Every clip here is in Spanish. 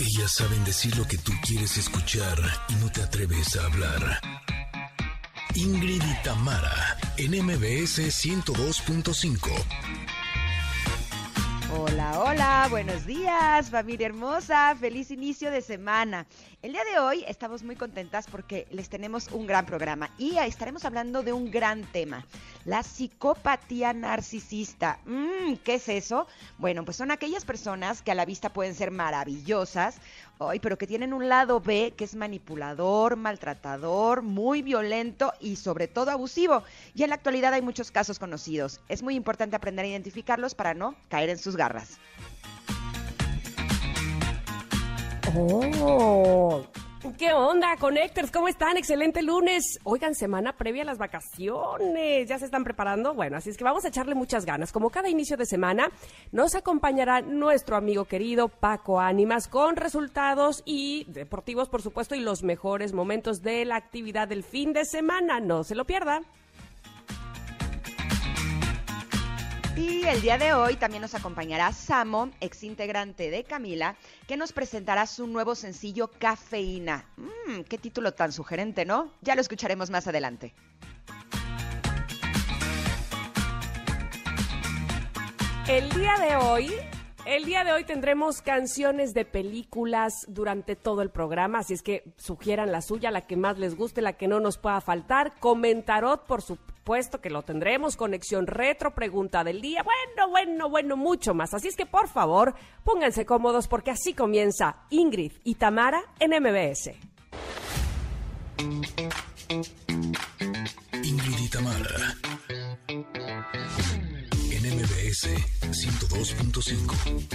Ellas saben decir lo que tú quieres escuchar y no te atreves a hablar. Ingrid y Tamara, en MBS 102.5. Hola, hola, buenos días, familia hermosa, feliz inicio de semana. El día de hoy estamos muy contentas porque les tenemos un gran programa y estaremos hablando de un gran tema, la psicopatía narcisista. ¿Qué es eso? Bueno, pues son aquellas personas que a la vista pueden ser maravillosas, pero que tienen un lado B que es manipulador, maltratador, muy violento y sobre todo abusivo. Y en la actualidad hay muchos casos conocidos. Es muy importante aprender a identificarlos para no caer en sus garras. ¡Oh! ¿Qué onda, Connectors? ¿Cómo están? Excelente lunes. Oigan, semana previa a las vacaciones. ¿Ya se están preparando? Bueno, así es que vamos a echarle muchas ganas. Como cada inicio de semana, nos acompañará nuestro amigo querido Paco Ánimas con resultados y deportivos, por supuesto, y los mejores momentos de la actividad del fin de semana. No se lo pierda. Y el día de hoy también nos acompañará Samo, ex integrante de Camila, que nos presentará su nuevo sencillo Cafeína. Qué título tan sugerente, ¿no? Ya lo escucharemos más adelante. El día de hoy tendremos canciones de películas durante todo el programa, así es que sugieran la suya, la que más les guste, la que no nos pueda faltar. Comentarot, por supuesto que lo tendremos, conexión retro, pregunta del día, bueno, mucho más. Así es que por favor, pónganse cómodos porque así comienza Ingrid y Tamara en MBS. Ingrid y Tamara en MBS 102.5.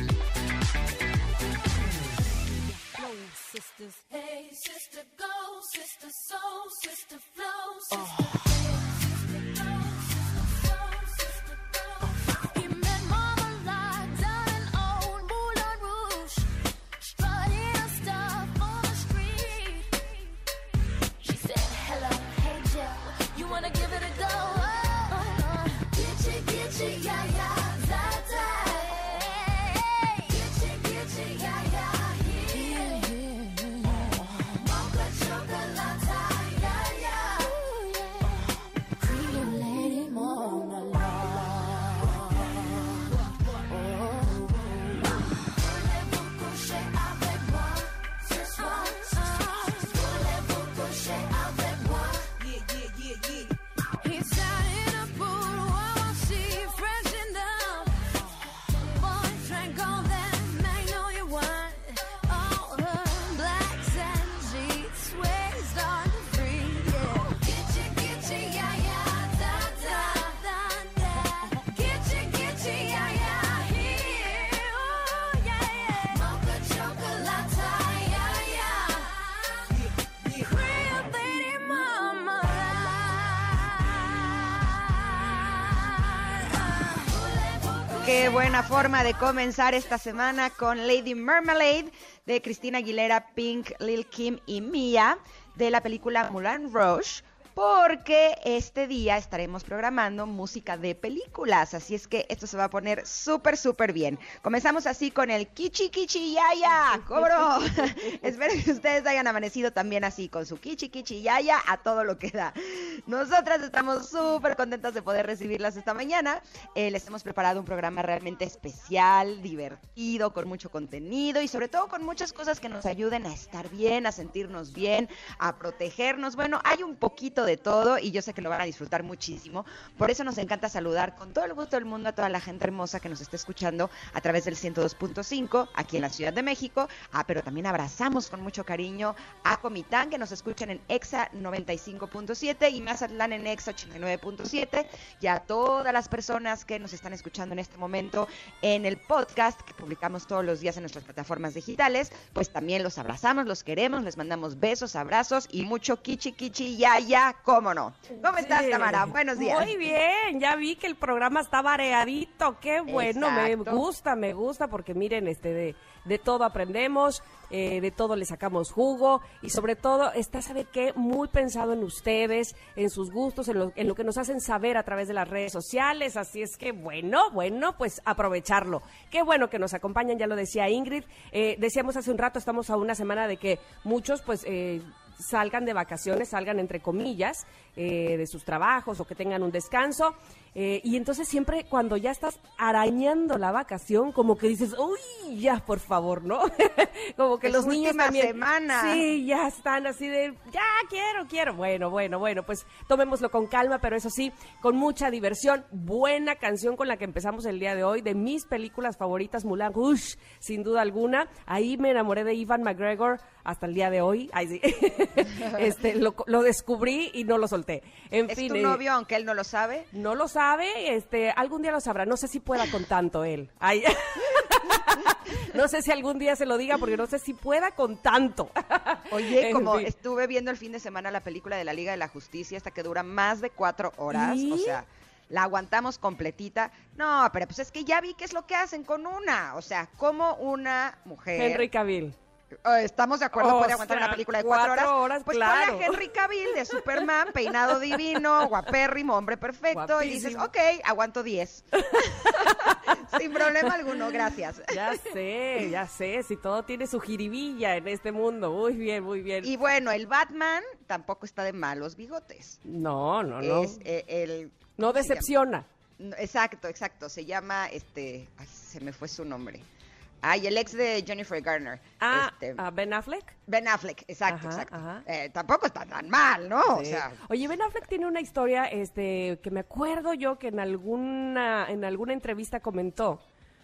Hey, sister, go, sister, soul, sister, flow, sister, sister, go, sister, go. He met Marmalade down in old Moulin Rouge, strutting her stuff on the street. She said, hello, hey, Joe, you wanna give it a go? Get you, yeah, yeah, da-da. Qué buena forma de comenzar esta semana con Lady Marmalade de Christina Aguilera, Pink, Lil Kim y Mia de la película Moulin Rouge, porque este día estaremos programando música de películas, así es que esto se va a poner súper bien. Comenzamos así con el Kichi Kichi Yaya, cobro. Espero que ustedes hayan amanecido también así, con su Kichi Kichi Yaya a todo lo que da. Nosotras estamos súper contentas de poder recibirlas esta mañana. Les hemos preparado un programa realmente especial, divertido, con mucho contenido y sobre todo con muchas cosas que nos ayuden a estar bien, a sentirnos bien, a protegernos. Bueno, hay un poquito de todo y yo sé que lo van a disfrutar muchísimo. Por eso nos encanta saludar con todo el gusto del mundo a toda la gente hermosa que nos está escuchando a través del 102.5 aquí en la Ciudad de México. Pero también abrazamos con mucho cariño a Comitán, que nos escuchan en EXA 95.7 y Mazatlán en EXA 89.7, y a todas las personas que nos están escuchando en este momento en el podcast que publicamos todos los días en nuestras plataformas digitales. Pues también los abrazamos, los queremos, les mandamos besos, abrazos y mucho kichi kichi ya ya. música, cómo no. ¿Cómo estás, Sí. Tamara? Buenos días. Muy bien, ya vi que el programa está variadito, qué bueno, Exacto. me gusta, porque miren, de todo aprendemos, de todo le sacamos jugo, y sobre todo está, ¿sabe qué? Muy pensado en ustedes, en sus gustos, en lo que nos hacen saber a través de las redes sociales, así es que bueno, pues aprovecharlo. Qué bueno que nos acompañan, ya lo decía Ingrid, decíamos hace un rato, estamos a una semana de que muchos pues salgan de vacaciones, salgan entre comillas, de sus trabajos o que tengan un descanso. Y entonces siempre cuando ya estás arañando la vacación, como que dices, uy, ya, por favor, ¿no? Como que Es los niños última también. semana. Sí, ya están así de, ya, quiero. Bueno, pues tomémoslo con calma, pero eso sí, con mucha diversión. Buena canción con la que empezamos el día de hoy, de mis películas favoritas, Moulin Rouge, sin duda alguna. Ahí me enamoré de Ewan McGregor hasta el día de hoy. Ay, sí. Lo descubrí y no lo solté. En ¿Es fin, tu novio, aunque él no lo sabe? no lo sabe, algún día lo sabrá. No sé si pueda con tanto él. Ay. No sé si algún día se lo diga, porque no sé si pueda con tanto. Oye, En como fin. estuve viendo el fin de semana la película de la Liga de la Justicia, esta que dura más de 4 horas, ¿Y? o sea, la aguantamos completita. No, pero pues es que ya vi qué es lo que hacen con una, o sea, como una mujer... Henry Cavill. Estamos de acuerdo, O puede aguantar sea, una película de 4 horas. 4 horas, Pues claro. ponle a Henry Cavill de Superman, peinado divino, guapérrimo, hombre perfecto, y dices, Guapísimo. ok, aguanto 10. Sin problema alguno, gracias. Ya sé, si todo tiene su jiribilla en este mundo. Muy bien, muy bien. Y bueno, el Batman tampoco está de malos bigotes. No. Es el... No ¿cómo se decepciona. llama? No, exacto. Se llama, ay, se me fue su nombre. Ay, el ex de Jennifer Garner. Ben Affleck. Ben Affleck, exacto. Ajá. Tampoco está tan mal, ¿no? O Sí. sea, Oye, Ben Affleck tiene una historia que me acuerdo yo que en alguna entrevista comentó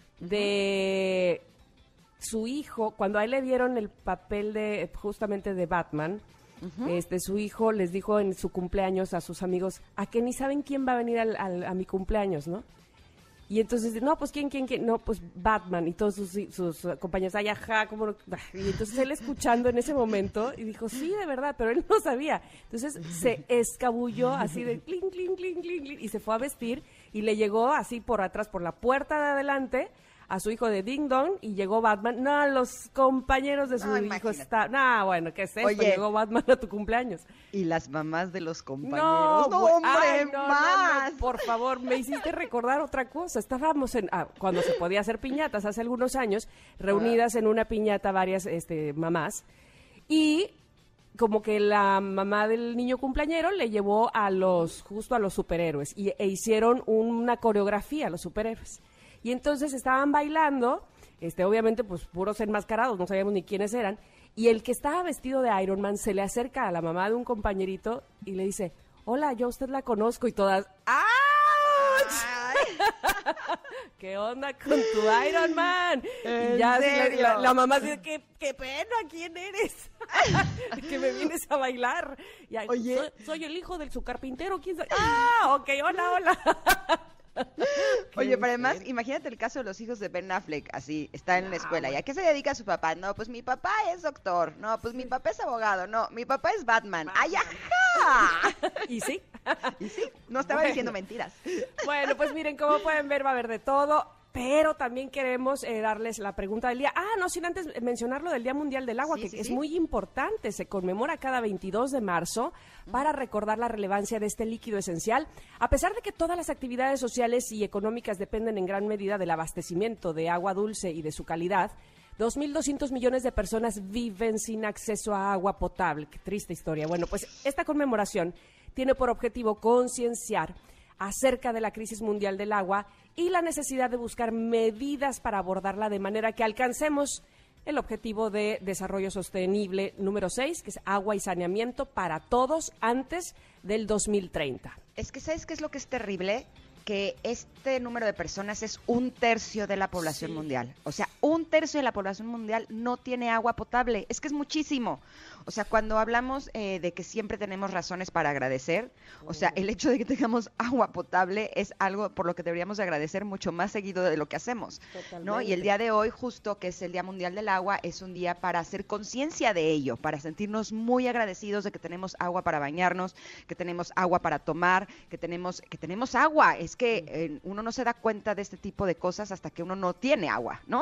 de su hijo, cuando a él le dieron el papel de justamente de Batman. Su hijo les dijo en su cumpleaños a sus amigos, a que ni saben quién va a venir a mi cumpleaños, ¿no? Y entonces, no, pues, ¿quién? No, pues, Batman y todos sus compañeros, ay, ajá, ¿cómo no? Y entonces él escuchando en ese momento y dijo, sí, de verdad, pero él no sabía. Entonces se escabulló así de clink, clink, clink, clink, clink, y se fue a vestir y le llegó así por atrás, por la puerta de adelante, a su hijo de Ding Dong, y llegó Batman. No, los compañeros de su No, hijo imagínate. está... No, bueno, ¿qué es esto? Oye. Llegó Batman a tu cumpleaños. y las mamás de los No, compañeros. No, güey, hombre, ay, no, más. por favor, me hiciste recordar otra cosa. Estábamos cuando se podía hacer piñatas hace algunos años, reunidas en una piñata varias mamás, y como que la mamá del niño cumpleañero le llevó justo a los superhéroes, e hicieron una coreografía a los superhéroes. Y entonces estaban bailando, obviamente pues puros enmascarados, no sabíamos ni quiénes eran, y el que estaba vestido de Iron Man se le acerca a la mamá de un compañerito y le dice, hola, yo a usted la conozco, y todas, ¡ouch! Ay, ¿Qué onda con tu Iron Man? ¿En Y ya así serio? la mamá dice, qué pena, ¿quién eres? Que me vienes a bailar. Y, ay, Oye. soy el hijo del su carpintero, ¿quién soy? Ah, ok, hola. Oye, pero además, imagínate el caso de los hijos de Ben Affleck, así, está en la escuela. ¿Y a qué se dedica su papá? No, pues mi papá es doctor. No, pues mi papá es abogado. No, mi papá es Batman. ¡Ay, ajá! Y sí. Y sí, no estaba Bueno. diciendo mentiras. Bueno, pues miren, como pueden ver, va a haber de todo. Pero también queremos darles la pregunta del día. No, sin antes mencionar lo del Día Mundial del Agua, Sí, que sí, es sí. muy importante. Se conmemora cada 22 de marzo para recordar la relevancia de este líquido esencial. A pesar de que todas las actividades sociales y económicas dependen en gran medida del abastecimiento de agua dulce y de su calidad, 2.200 millones de personas viven sin acceso a agua potable. Qué triste historia. Bueno, pues esta conmemoración tiene por objetivo concienciar acerca de la crisis mundial del agua y la necesidad de buscar medidas para abordarla de manera que alcancemos el objetivo de desarrollo sostenible número 6, que es agua y saneamiento para todos antes del 2030. Es que, ¿sabes qué es lo que es terrible? que este número de personas es 1/3 de la población mundial. O sea, 1/3 de la población mundial no tiene agua potable. Es que es muchísimo. O sea, cuando hablamos de que siempre tenemos razones para agradecer, o sea, el hecho de que tengamos agua potable es algo por lo que deberíamos de agradecer mucho más seguido de lo que hacemos, ¿no? Y el día de hoy, justo que es el Día Mundial del Agua, es un día para hacer conciencia de ello, para sentirnos muy agradecidos de que tenemos agua para bañarnos, que tenemos agua para tomar, que tenemos agua. Es que uno no se da cuenta de este tipo de cosas hasta que uno no tiene agua, ¿no?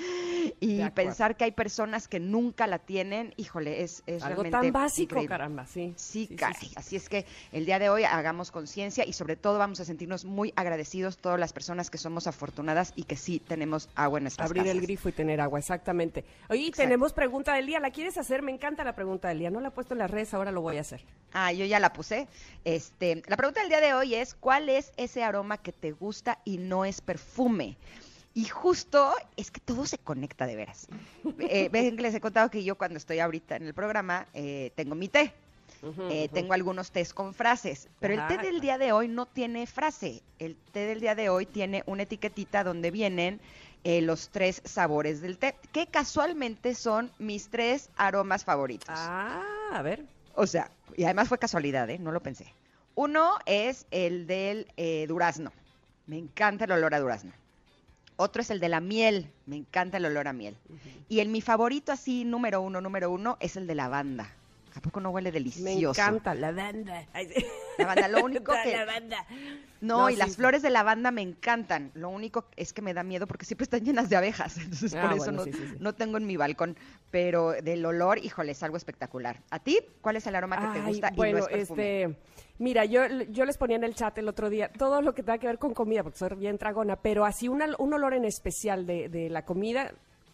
Y pensar que hay personas que nunca la tienen, híjole, es algo realmente tan básico, increíble. caramba, sí. Sí, caray. Así es que el día de hoy hagamos conciencia y sobre todo vamos a sentirnos muy agradecidos todas las personas que somos afortunadas y que sí tenemos agua en nuestras Abrir casas. el grifo y tener agua, exactamente. Oye, Exacto. tenemos pregunta del día, ¿la quieres hacer? Me encanta la pregunta del día, no la he puesto en las redes, ahora lo voy a hacer. Ah, yo ya la puse. La pregunta del día de hoy es, ¿cuál es ese aroma que te gusta y no es perfume? Y justo es que todo se conecta de veras. Ven que les he contado que yo cuando estoy ahorita en el programa tengo mi té. Tengo algunos tés con frases, pero el té del día de hoy no tiene frase. El té del día de hoy tiene una etiquetita donde vienen los 3 sabores del té, que casualmente son mis 3 aromas favoritos. Ah, a ver. O sea, y además fue casualidad, no lo pensé. Uno es el del durazno. Me encanta el olor a durazno. Otro es el de la miel. Me encanta el olor a miel. Y mi favorito así, número uno, es el de lavanda. ¿A poco no huele delicioso? Me encanta, lavanda. Lavanda, lo único que... Lavanda. No, y sí, las sí. flores de lavanda me encantan. Lo único es que me da miedo porque siempre están llenas de abejas. Entonces, por eso bueno, sí. no tengo en mi balcón. Pero del olor, híjole, es algo espectacular. ¿A ti? ¿Cuál es el aroma que te gusta y no es perfume? Mira, yo les ponía en el chat el otro día todo lo que tenga que ver con comida, porque soy bien tragona, pero así un olor en especial de la comida,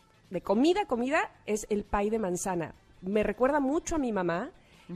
comida, es el pay de manzana. Me recuerda mucho a mi mamá.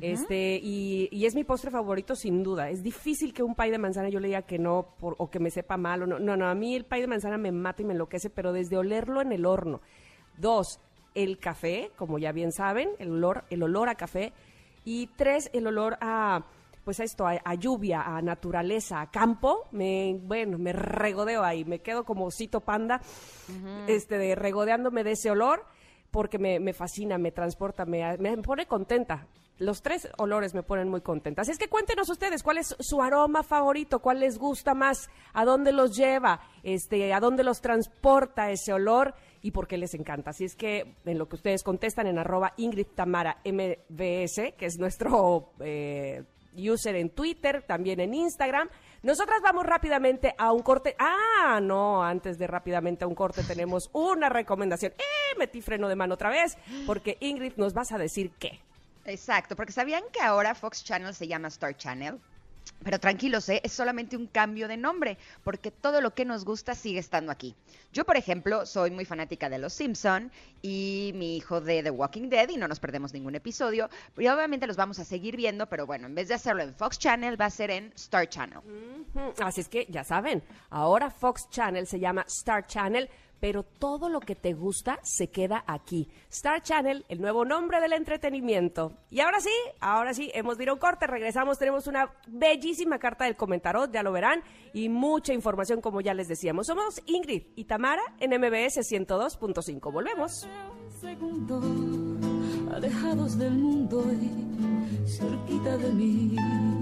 Y es mi postre favorito sin duda. Es difícil que un pay de manzana yo le diga que no o que me sepa mal. No, a mí el pay de manzana me mata y me enloquece, pero desde olerlo en el horno. 2, el café, como ya bien saben, el olor a café. Y 3, el olor a lluvia, a naturaleza, a campo. Me regodeo ahí, me quedo como osito panda, regodeándome de ese olor, porque me fascina, me transporta, me pone contenta. Los 3 olores me ponen muy contenta. Así es que cuéntenos ustedes, ¿cuál es su aroma favorito? ¿Cuál les gusta más? ¿A dónde los lleva? ¿A dónde los transporta ese olor? ¿Y por qué les encanta? Así es que en lo que ustedes contestan en @IngridTamaraMBS, que es nuestro user en Twitter, también en Instagram. Nosotras vamos rápidamente a un corte. Antes de rápidamente a un corte tenemos una recomendación. Metí freno de mano otra vez, porque Ingrid, nos vas a decir qué. Exacto, porque ¿sabían que ahora Fox Channel se llama Star Channel? Pero tranquilos, es solamente un cambio de nombre, porque todo lo que nos gusta sigue estando aquí. Yo, por ejemplo, soy muy fanática de Los Simpson y mi hijo de The Walking Dead, y no nos perdemos ningún episodio, y obviamente los vamos a seguir viendo, pero bueno, en vez de hacerlo en Fox Channel, va a ser en Star Channel. Así es que ya saben, ahora Fox Channel se llama Star Channel, pero todo lo que te gusta se queda aquí. Star Channel, el nuevo nombre del entretenimiento. Y ahora sí, hemos de ir a un corte, regresamos, tenemos una bellísima carta del comentarot, ya lo verán, y mucha información, como ya les decíamos. Somos Ingrid y Tamara en MBS 102.5. Volvemos. Segundo, alejados del mundo y cerquita de mí.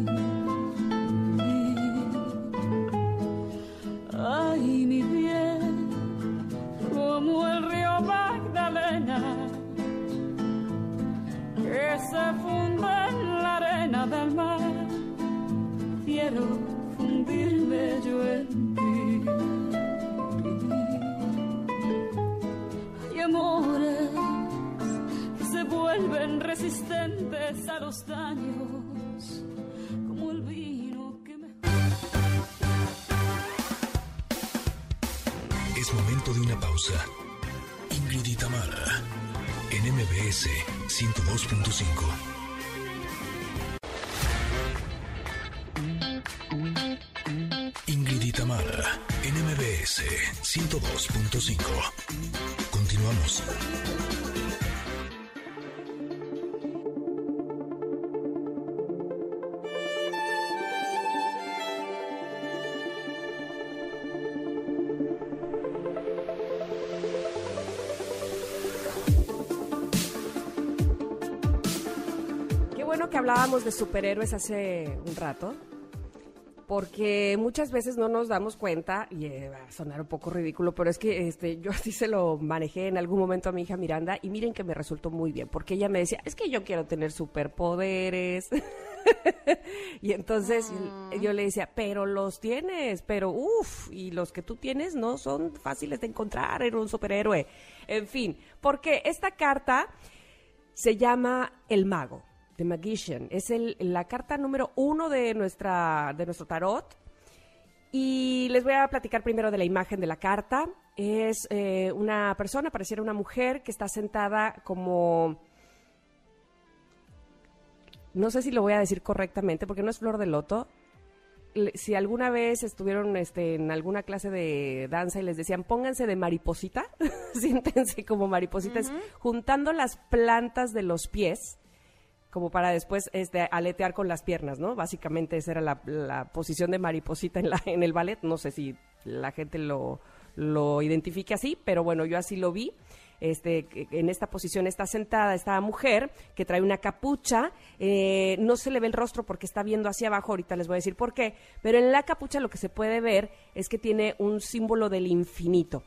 Ay, mi bien, como el río Magdalena, que se funde en la arena del mar. Quiero fundirme yo en ti. Hay amores que se vuelven resistentes a los daños, como el vino que me... Es momento de una pausa. Ingrid y Tamara, en MBS 102.5. Ingrid y Tamara, en MBS 102.5. Continuamos. bueno que hablábamos de superhéroes hace un rato, porque muchas veces no nos damos cuenta, y va a sonar un poco ridículo, pero es que yo así se lo manejé en algún momento a mi hija Miranda, y miren que me resultó muy bien, porque ella me decía, es que yo quiero tener superpoderes. Y entonces yo le decía, pero los tienes, pero y los que tú tienes no son fáciles de encontrar en un superhéroe. En fin, porque esta carta se llama El Mago, The Magician. Es la carta número 1 de nuestro tarot. Y les voy a platicar primero de la imagen de la carta. Es una persona, pareciera una mujer, que está sentada como... No sé si lo voy a decir correctamente, porque no es flor de loto. Si alguna vez estuvieron en alguna clase de danza y les decían, pónganse de mariposita, siéntense como maripositas, juntando las plantas de los pies, como para después aletear con las piernas, ¿no? Básicamente esa era la posición de mariposita en el ballet. No sé si la gente lo identifique así, pero bueno, yo así lo vi. En esta posición está sentada esta mujer que trae una capucha, no se le ve el rostro porque está viendo hacia abajo, ahorita les voy a decir por qué, pero en la capucha lo que se puede ver es que tiene un símbolo del infinito.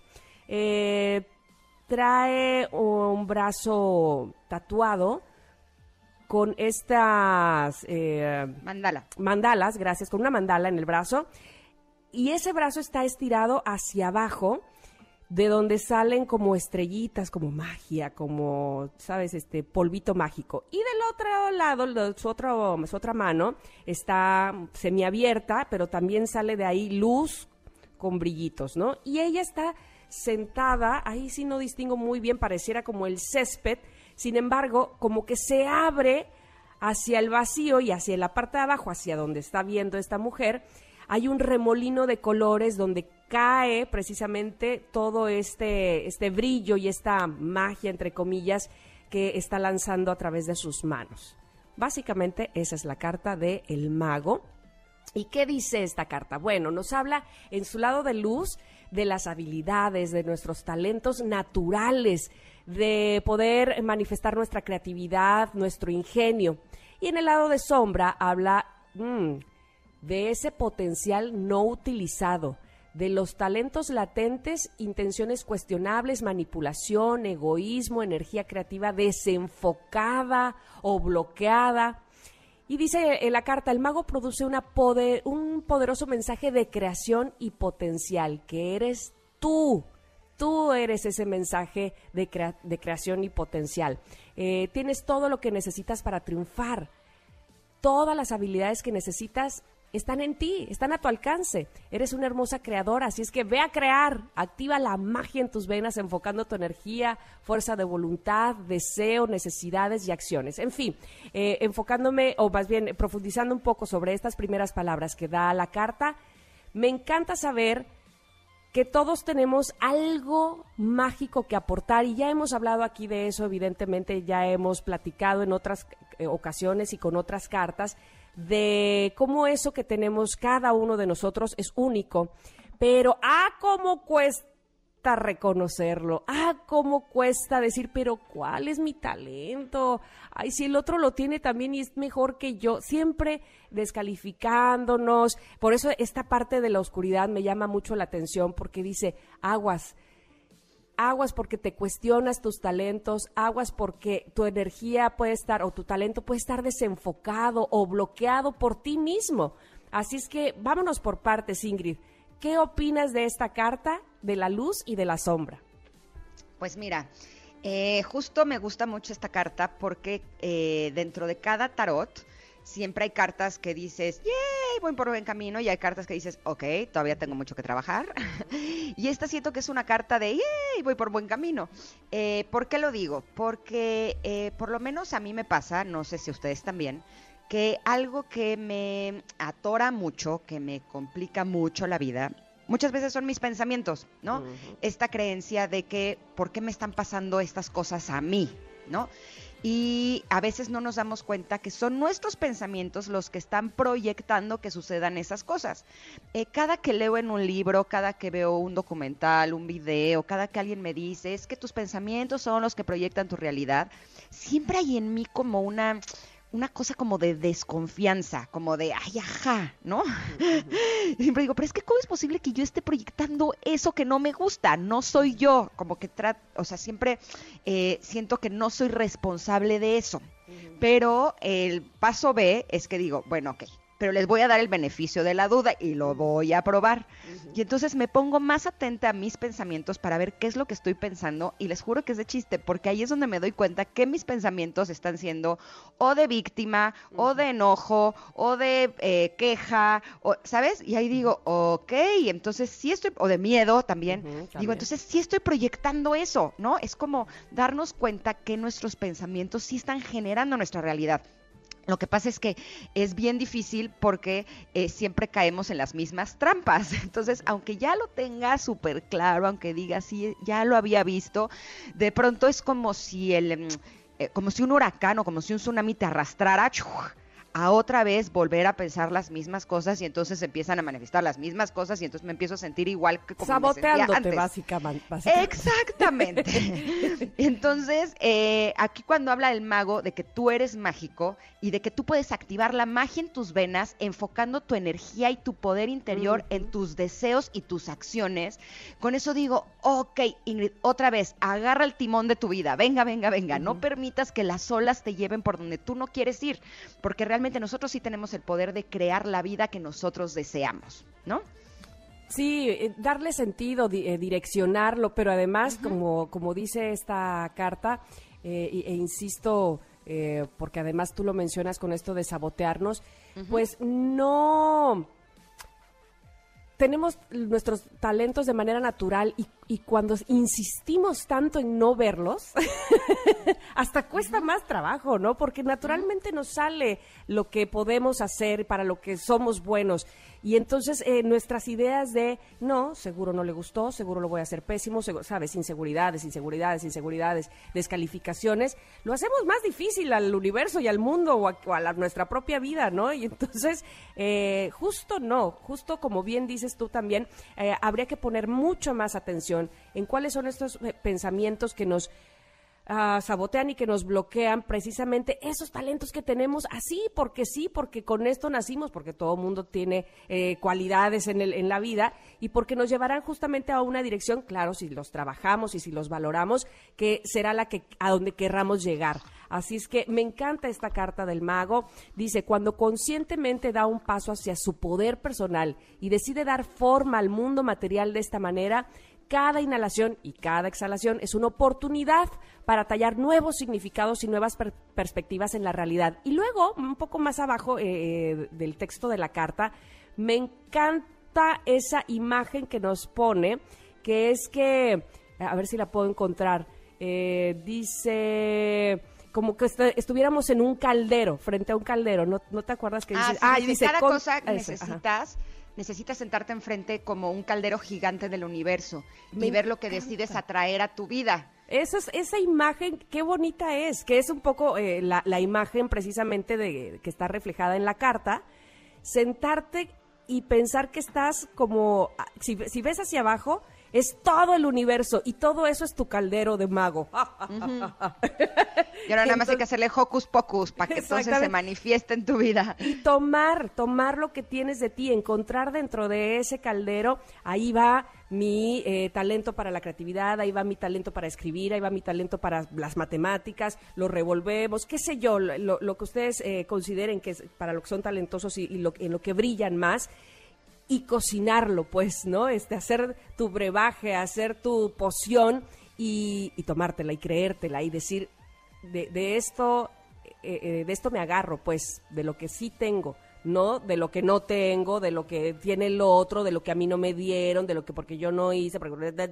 Trae un brazo tatuado con estas mandalas, gracias, con una mandala en el brazo, y ese brazo está estirado hacia abajo, de donde salen como estrellitas, como magia, como, ¿sabes?, polvito mágico. Y del otro lado, su otra mano, está semiabierta, pero también sale de ahí luz con brillitos, ¿no? Y ella está sentada, ahí sí no distingo muy bien, pareciera como el césped, sin embargo, como que se abre hacia el vacío y hacia la parte de abajo, hacia donde está viendo esta mujer, hay un remolino de colores donde cae precisamente todo este brillo y esta magia, entre comillas, que está lanzando a través de sus manos. Básicamente esa es la carta de El Mago. ¿Y qué dice esta carta? Bueno, nos habla en su lado de luz de las habilidades, de nuestros talentos naturales, de poder manifestar nuestra creatividad, nuestro ingenio. Y en el lado de sombra habla de ese potencial no utilizado, de los talentos latentes, intenciones cuestionables, manipulación, egoísmo, energía creativa desenfocada o bloqueada. Y dice en la carta, el mago produce un poderoso mensaje de creación y potencial, que eres tú. Tú eres ese mensaje de creación y potencial. Tienes todo lo que necesitas para triunfar. Todas las habilidades que necesitas están en ti, están a tu alcance. Eres una hermosa creadora, así es que ve a crear, activa la magia en tus venas, enfocando tu energía, fuerza de voluntad, deseo, necesidades y acciones. En fin, enfocándome, o más bien profundizando un poco sobre estas primeras palabras que da la carta, me encanta saber que todos tenemos algo mágico que aportar, y ya hemos hablado aquí de eso, evidentemente ya hemos platicado en otras ocasiones y con otras cartas, de cómo eso que tenemos cada uno de nosotros es único, pero cómo cuesta reconocerlo, cómo cuesta decir, pero ¿cuál es mi talento? Ay, si el otro lo tiene también y es mejor que yo, siempre descalificándonos. Por eso esta parte de la oscuridad me llama mucho la atención, porque dice, aguas porque te cuestionas tus talentos, aguas porque tu energía puede estar, o tu talento puede estar desenfocado o bloqueado por ti mismo. Así es que vámonos por partes, Ingrid. ¿Qué opinas de esta carta, de la luz y de la sombra? Pues mira, justo me gusta mucho esta carta porque dentro de cada tarot siempre hay cartas que dices, ¡yay! Voy por buen camino, y hay cartas que dices, ok, todavía tengo mucho que trabajar. Y esta siento que es una carta de, ¡yay! Voy por buen camino. ¿Por qué lo digo? Porque por lo menos a mí me pasa, no sé si a ustedes también, que algo que me atora mucho, que me complica mucho la vida, muchas veces son mis pensamientos, ¿no? Uh-huh. Esta creencia de que, ¿por qué me están pasando estas cosas a mí? ¿No? Y a veces no nos damos cuenta que son nuestros pensamientos los que están proyectando que sucedan esas cosas. Cada que leo en un libro, cada que veo un documental, un video, cada que alguien me dice, es que tus pensamientos son los que proyectan tu realidad, siempre hay en mí como una una cosa como de desconfianza, como de, ay, ajá, ¿no? Y siempre digo, pero es que ¿cómo es posible que yo esté proyectando eso que no me gusta? No soy yo, como que siempre siento que no soy responsable de eso. Pero el paso B es que digo, bueno, ok, pero les voy a dar el beneficio de la duda y lo voy a probar. Y entonces me pongo más atenta a mis pensamientos para ver qué es lo que estoy pensando, y les juro que es de chiste, porque ahí es donde me doy cuenta que mis pensamientos están siendo o de víctima, o de enojo, o de queja, ¿sabes? Y ahí digo, ok, entonces sí estoy, o de miedo también, digo, entonces sí estoy proyectando eso, ¿no? Es como darnos cuenta que nuestros pensamientos sí están generando nuestra realidad. Lo que pasa es que es bien difícil porque siempre caemos en las mismas trampas. Entonces, aunque ya lo tenga súper claro, aunque diga, sí, ya lo había visto, de pronto es como si como si un huracán o como si un tsunami te arrastrara a otra vez volver a pensar las mismas cosas, y entonces empiezan a manifestar las mismas cosas, y entonces me empiezo a sentir igual que como me sentía antes. Básicamente. Exactamente. Entonces, aquí cuando habla el mago de que tú eres mágico y de que tú puedes activar la magia en tus venas, enfocando tu energía y tu poder interior en tus deseos y tus acciones, con eso digo, ok, Ingrid, otra vez, agarra el timón de tu vida, venga, no permitas que las olas te lleven por donde tú no quieres ir, porque realmente nosotros sí tenemos el poder de crear la vida que nosotros deseamos, ¿no? Sí, darle sentido, direccionarlo, pero además, como dice esta carta, insisto, porque además tú lo mencionas con esto de sabotearnos, pues no... Tenemos nuestros talentos de manera natural, y cuando insistimos tanto en no verlos, hasta cuesta más trabajo, ¿no? Porque naturalmente nos sale lo que podemos hacer, para lo que somos buenos. Y entonces nuestras ideas de, no, seguro no le gustó, seguro lo voy a hacer pésimo, ¿sabes? Inseguridades, descalificaciones, lo hacemos más difícil al universo y al mundo o a nuestra propia vida, ¿no? Y entonces, justo como bien dices tú también, habría que poner mucho más atención en cuáles son estos pensamientos que nos sabotean y que nos bloquean precisamente esos talentos que tenemos, así porque sí, porque con esto nacimos, porque todo mundo tiene cualidades en la vida, y porque nos llevarán justamente a una dirección, claro, si los trabajamos y si los valoramos, que será a donde querramos llegar. Así es que me encanta esta carta del mago. Dice, cuando conscientemente da un paso hacia su poder personal y decide dar forma al mundo material de esta manera, cada inhalación y cada exhalación es una oportunidad para tallar nuevos significados y nuevas perspectivas en la realidad. Y luego, un poco más abajo del texto de la carta, me encanta esa imagen que nos pone, que es que, a ver si la puedo encontrar, dice... como que estuviéramos en un caldero, frente a un caldero, ¿no te acuerdas que dice? Sí, dice cada cosa que necesitas sentarte enfrente como un caldero gigante del universo y ver lo que decides atraer a tu vida. Esa imagen, qué bonita es, que es un poco la imagen precisamente que está reflejada en la carta, sentarte y pensar que estás como, si ves hacia abajo, es todo el universo, y todo eso es tu caldero de mago. Y ahora nada más hay que hacerle hocus pocus para que entonces se manifieste en tu vida. Y tomar lo que tienes de ti, encontrar dentro de ese caldero, ahí va mi talento para la creatividad, ahí va mi talento para escribir, ahí va mi talento para las matemáticas, lo revolvemos, qué sé yo, lo que ustedes consideren que es para lo que son talentosos y en lo que brillan más. Y cocinarlo, pues, ¿no? Hacer tu brebaje, hacer tu poción y tomártela y creértela y decir, de esto me agarro, pues, de lo que sí tengo, no de lo que no tengo, de lo que tiene el otro, de lo que a mí no me dieron, de lo que porque yo no hice,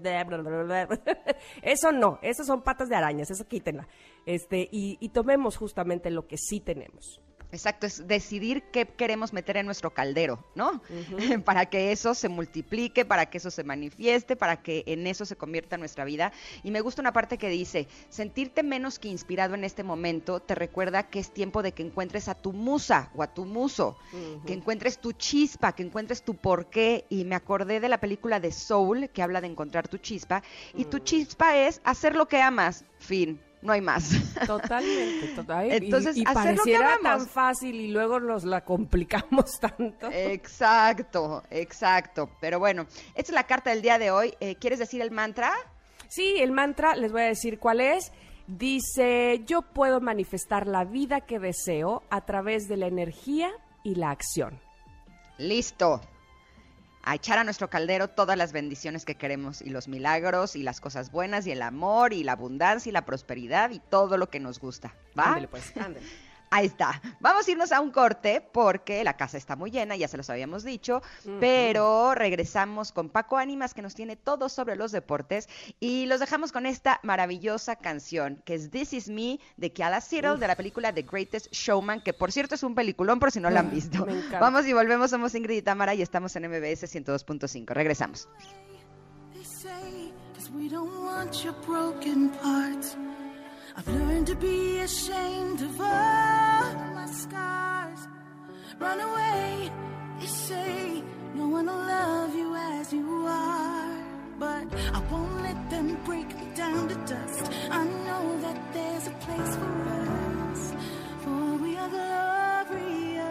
eso no, eso son patas de arañas, eso quítenla, y tomemos justamente lo que sí tenemos. Exacto, es decidir qué queremos meter en nuestro caldero, ¿no? Para que eso se multiplique, para que eso se manifieste, para que en eso se convierta nuestra vida. Y me gusta una parte que dice, sentirte menos que inspirado en este momento te recuerda que es tiempo de que encuentres a tu musa o a tu muso, que encuentres tu chispa, que encuentres tu porqué. Y me acordé de la película de Soul, que habla de encontrar tu chispa, y tu chispa es hacer lo que amas, fin. no hay más. Totalmente, total. Entonces, y hacer lo que pareciera amamos. tan fácil y luego nos la complicamos tanto. Exacto. Pero bueno, esta es la carta del día de hoy. ¿Quieres decir el mantra? Sí, el mantra, les voy a decir cuál es. Dice, yo puedo manifestar la vida que deseo a través de la energía y la acción. Listo. A echar a nuestro caldero todas las bendiciones que queremos y los milagros y las cosas buenas y el amor y la abundancia y la prosperidad y todo lo que nos gusta. ¿Va? Ándale pues, ándale. Ahí está. Vamos a irnos a un corte porque la casa está muy llena, ya se los habíamos dicho, pero regresamos con Paco Ánimas que nos tiene todo sobre los deportes y los dejamos con esta maravillosa canción que es This Is Me de Keala Settle de la película The Greatest Showman, que por cierto es un peliculón por si no la han visto. Me encanta. Vamos y volvemos, somos Ingrid y Tamara y estamos en MBS 102.5. Regresamos. They say, 'cause we don't want your broken parts. I've learned to be ashamed of all my scars. Run away, they say, no one will love you as you are. But I won't let them break me down to dust. I know that there's a place for us, for we are glorious.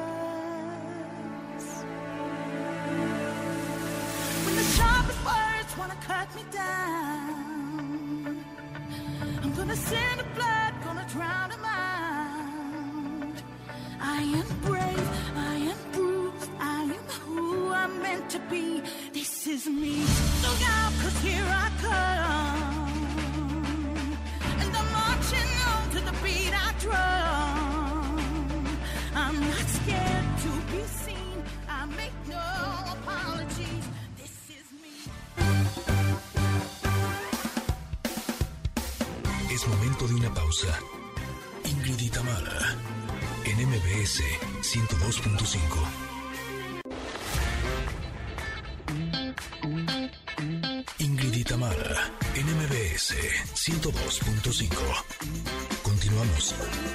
When the sharpest words wanna cut me down, I'm gonna send the blood, gonna drown them out. I am brave, I am bruised, I am who I'm meant to be. This is me. Look out, 'cause here I come. And I'm marching on to the beat I drum. I'm not scared to be seen, I make no apologies. This is me. Es momento de una pausa. Ingrid y Tamara, en MBS 102.5. Ingrid y Tamara, en MBS 102.5. Continuamos.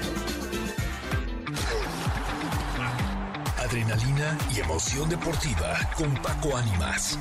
Adrenalina y emoción deportiva con Paco Ánimas.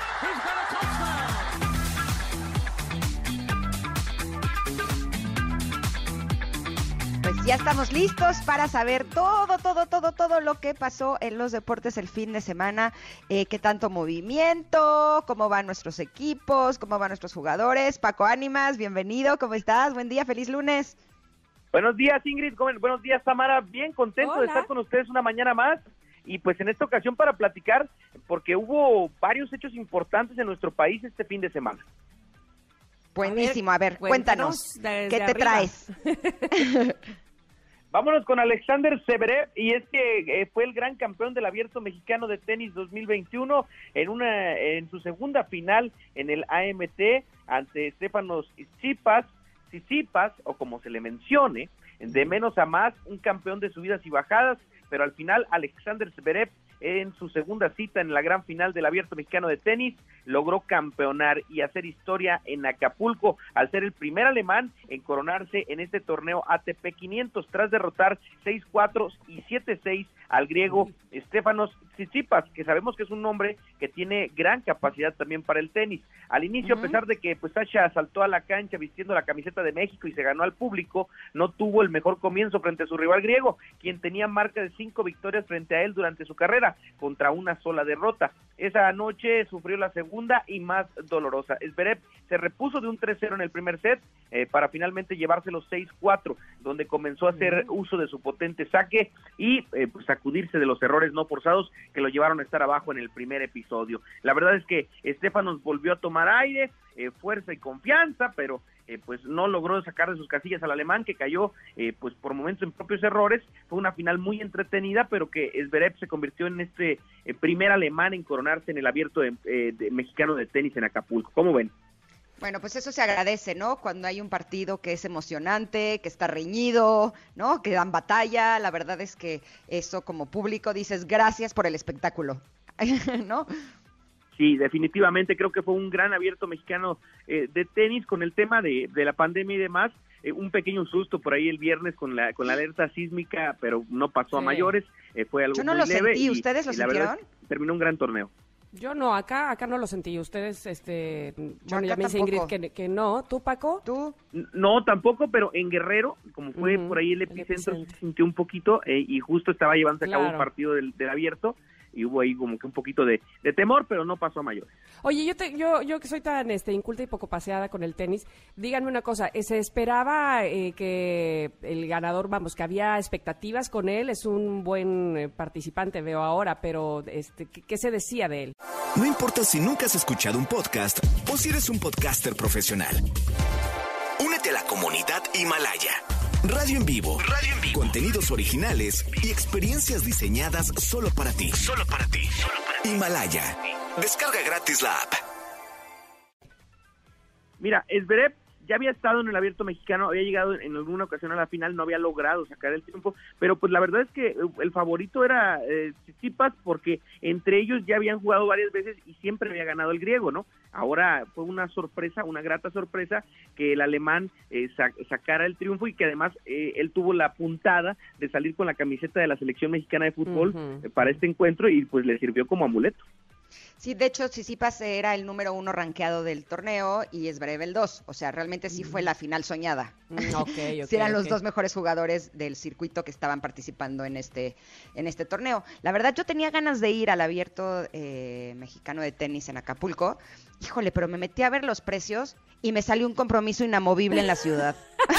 Pues ya estamos listos para saber todo lo que pasó en los deportes el fin de semana, qué tanto movimiento, cómo van nuestros equipos, cómo van nuestros jugadores. Paco Ánimas, bienvenido, ¿cómo estás? Buen día, feliz lunes. Buenos días, Ingrid, buenos días, Tamara, bien contento de estar con ustedes una mañana más y pues en esta ocasión para platicar porque hubo varios hechos importantes en nuestro país este fin de semana. Buenísimo, a ver, cuéntanos, ¿qué te arriba traes? Vámonos con Alexander Zverev, y es que fue el gran campeón del Abierto Mexicano de Tenis 2021 en su segunda final en el AMT ante Stefanos Tsitsipas, o como se le mencione, de menos a más, un campeón de subidas y bajadas, pero al final Alexander Zverev en su segunda cita en la gran final del Abierto Mexicano de Tenis logró campeonar y hacer historia en Acapulco al ser el primer alemán en coronarse en este torneo ATP 500 tras derrotar 6-4 y 7-6 al griego Stefanos Tsitsipas, que sabemos que es un hombre que tiene gran capacidad también para el tenis. Al inicio, a pesar de que pues Sasha saltó a la cancha vistiendo la camiseta de México y se ganó al público, no tuvo el mejor comienzo frente a su rival griego, quien tenía marca de 5 victorias frente a él durante su carrera, contra una sola derrota. Esa noche sufrió la segunda y más dolorosa. Zverev se repuso de un 3-0 en el primer set para finalmente llevárselo 6-4, donde comenzó a hacer uso de su potente saque y pues sacudirse de los errores no forzados que lo llevaron a estar abajo en el primer episodio. La verdad es que Stefanos volvió a tomar aire, fuerza y confianza, pero pues no logró sacar de sus casillas al alemán, que cayó pues por momentos en propios errores. Fue una final muy entretenida, pero que Zverev se convirtió en este primer alemán en coronarse en el Abierto mexicano de tenis en Acapulco. ¿Cómo ven? Bueno, pues eso se agradece, ¿no? Cuando hay un partido que es emocionante, que está reñido, ¿no? Que dan batalla. La verdad es que eso como público dices gracias por el espectáculo, ¿no? Sí, definitivamente creo que fue un gran Abierto mexicano de tenis con el tema de la pandemia y demás. Un pequeño susto por ahí el viernes con la alerta sísmica, pero no pasó a mayores. Fue algo Yo no muy lo leve. sentí, ¿ustedes lo la verdad sintieron? terminó un gran torneo. Yo no, acá no lo sentí. Ustedes, bueno, ya acá me dice Ingrid tampoco. que no. ¿Tú, Paco? ¿Tú? No, tampoco, pero en Guerrero, como fue Ujú, por ahí el el epicentro, epicentro. se sintió un poquito y justo estaba llevándose a cabo Claro. un partido del abierto y hubo ahí como que un poquito de temor, pero no pasó a mayores. Oye, yo que soy tan inculta y poco paseada con el tenis, díganme una cosa, ¿se esperaba que el ganador, vamos, que había expectativas con él? Es un buen participante, veo ahora, pero ¿qué se decía de él? No importa si nunca has escuchado un podcast o si eres un podcaster profesional. Únete a la comunidad Himalaya. Radio en vivo. Contenidos originales y experiencias diseñadas solo para ti. Himalaya. Descarga gratis la app. Mira, Zverev ya había estado en el Abierto Mexicano, había llegado en alguna ocasión a la final, no había logrado sacar el triunfo, pero pues la verdad es que el favorito era Tsitsipas, porque entre ellos ya habían jugado varias veces y siempre había ganado el griego, ¿no? Ahora fue una sorpresa, una grata sorpresa, que el alemán sacara el triunfo y que además él tuvo la puntada de salir con la camiseta de la selección mexicana de fútbol para este encuentro y pues le sirvió como amuleto. Sí, de hecho, Tsitsipas era el número 1 rankeado del torneo y Zverev el 2. O sea, realmente sí fue la final soñada. Ok, Sí eran los ok. dos mejores jugadores del circuito que estaban participando en este torneo. La verdad, yo tenía ganas de ir al Abierto Mexicano de Tenis en Acapulco. Híjole, pero me metí a ver los precios y me salió un compromiso inamovible en la ciudad.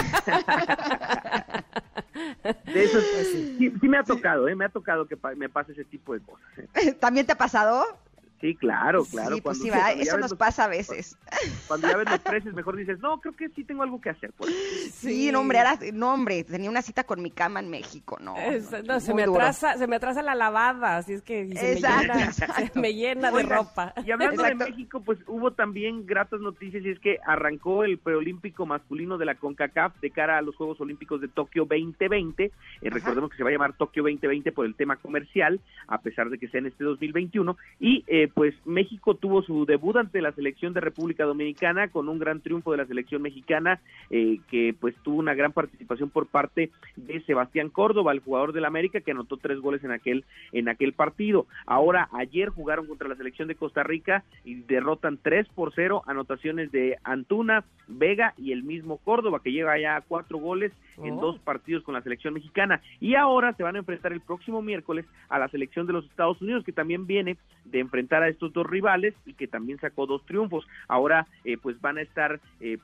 De eso sí me ha tocado, me ha tocado que me pase ese tipo de cosas. ¿También te ha pasado? Sí, claro. Sí, pues Cuando sí, cuando ya eso ves nos los- pasa a veces. Cuando ya ves los precios, mejor dices, no, creo que sí tengo algo que hacer. Pues. Sí, no, hombre, tenía una cita con mi cama en México, no. No, se muy me duro. atrasa la lavada, así es que Exacto, se exacto. me llena de Oigan, ropa. Y hablando Exacto. de México, pues hubo también gratas noticias y es que arrancó el preolímpico masculino de la CONCACAF de cara a los Juegos Olímpicos de Tokio 2020. Recordemos que se va a llamar Tokio 2020 por el tema comercial, a pesar de que sea en este 2021. Y pues México tuvo su debut ante la selección de República Dominicana con un gran triunfo de la selección mexicana que pues tuvo una gran participación por parte de Sebastián Córdoba, el jugador del América, que anotó 3 goles en aquel partido. Ahora, ayer jugaron contra la selección de Costa Rica y derrotan 3-0, anotaciones de Antuna, Vega y el mismo Córdoba, que lleva ya 4 goles en 2 partidos con la selección mexicana. Y ahora se van a enfrentar el próximo miércoles a la selección de los Estados Unidos, que también viene de enfrentar a estos dos rivales y que también sacó 2 triunfos. Ahora pues van a estar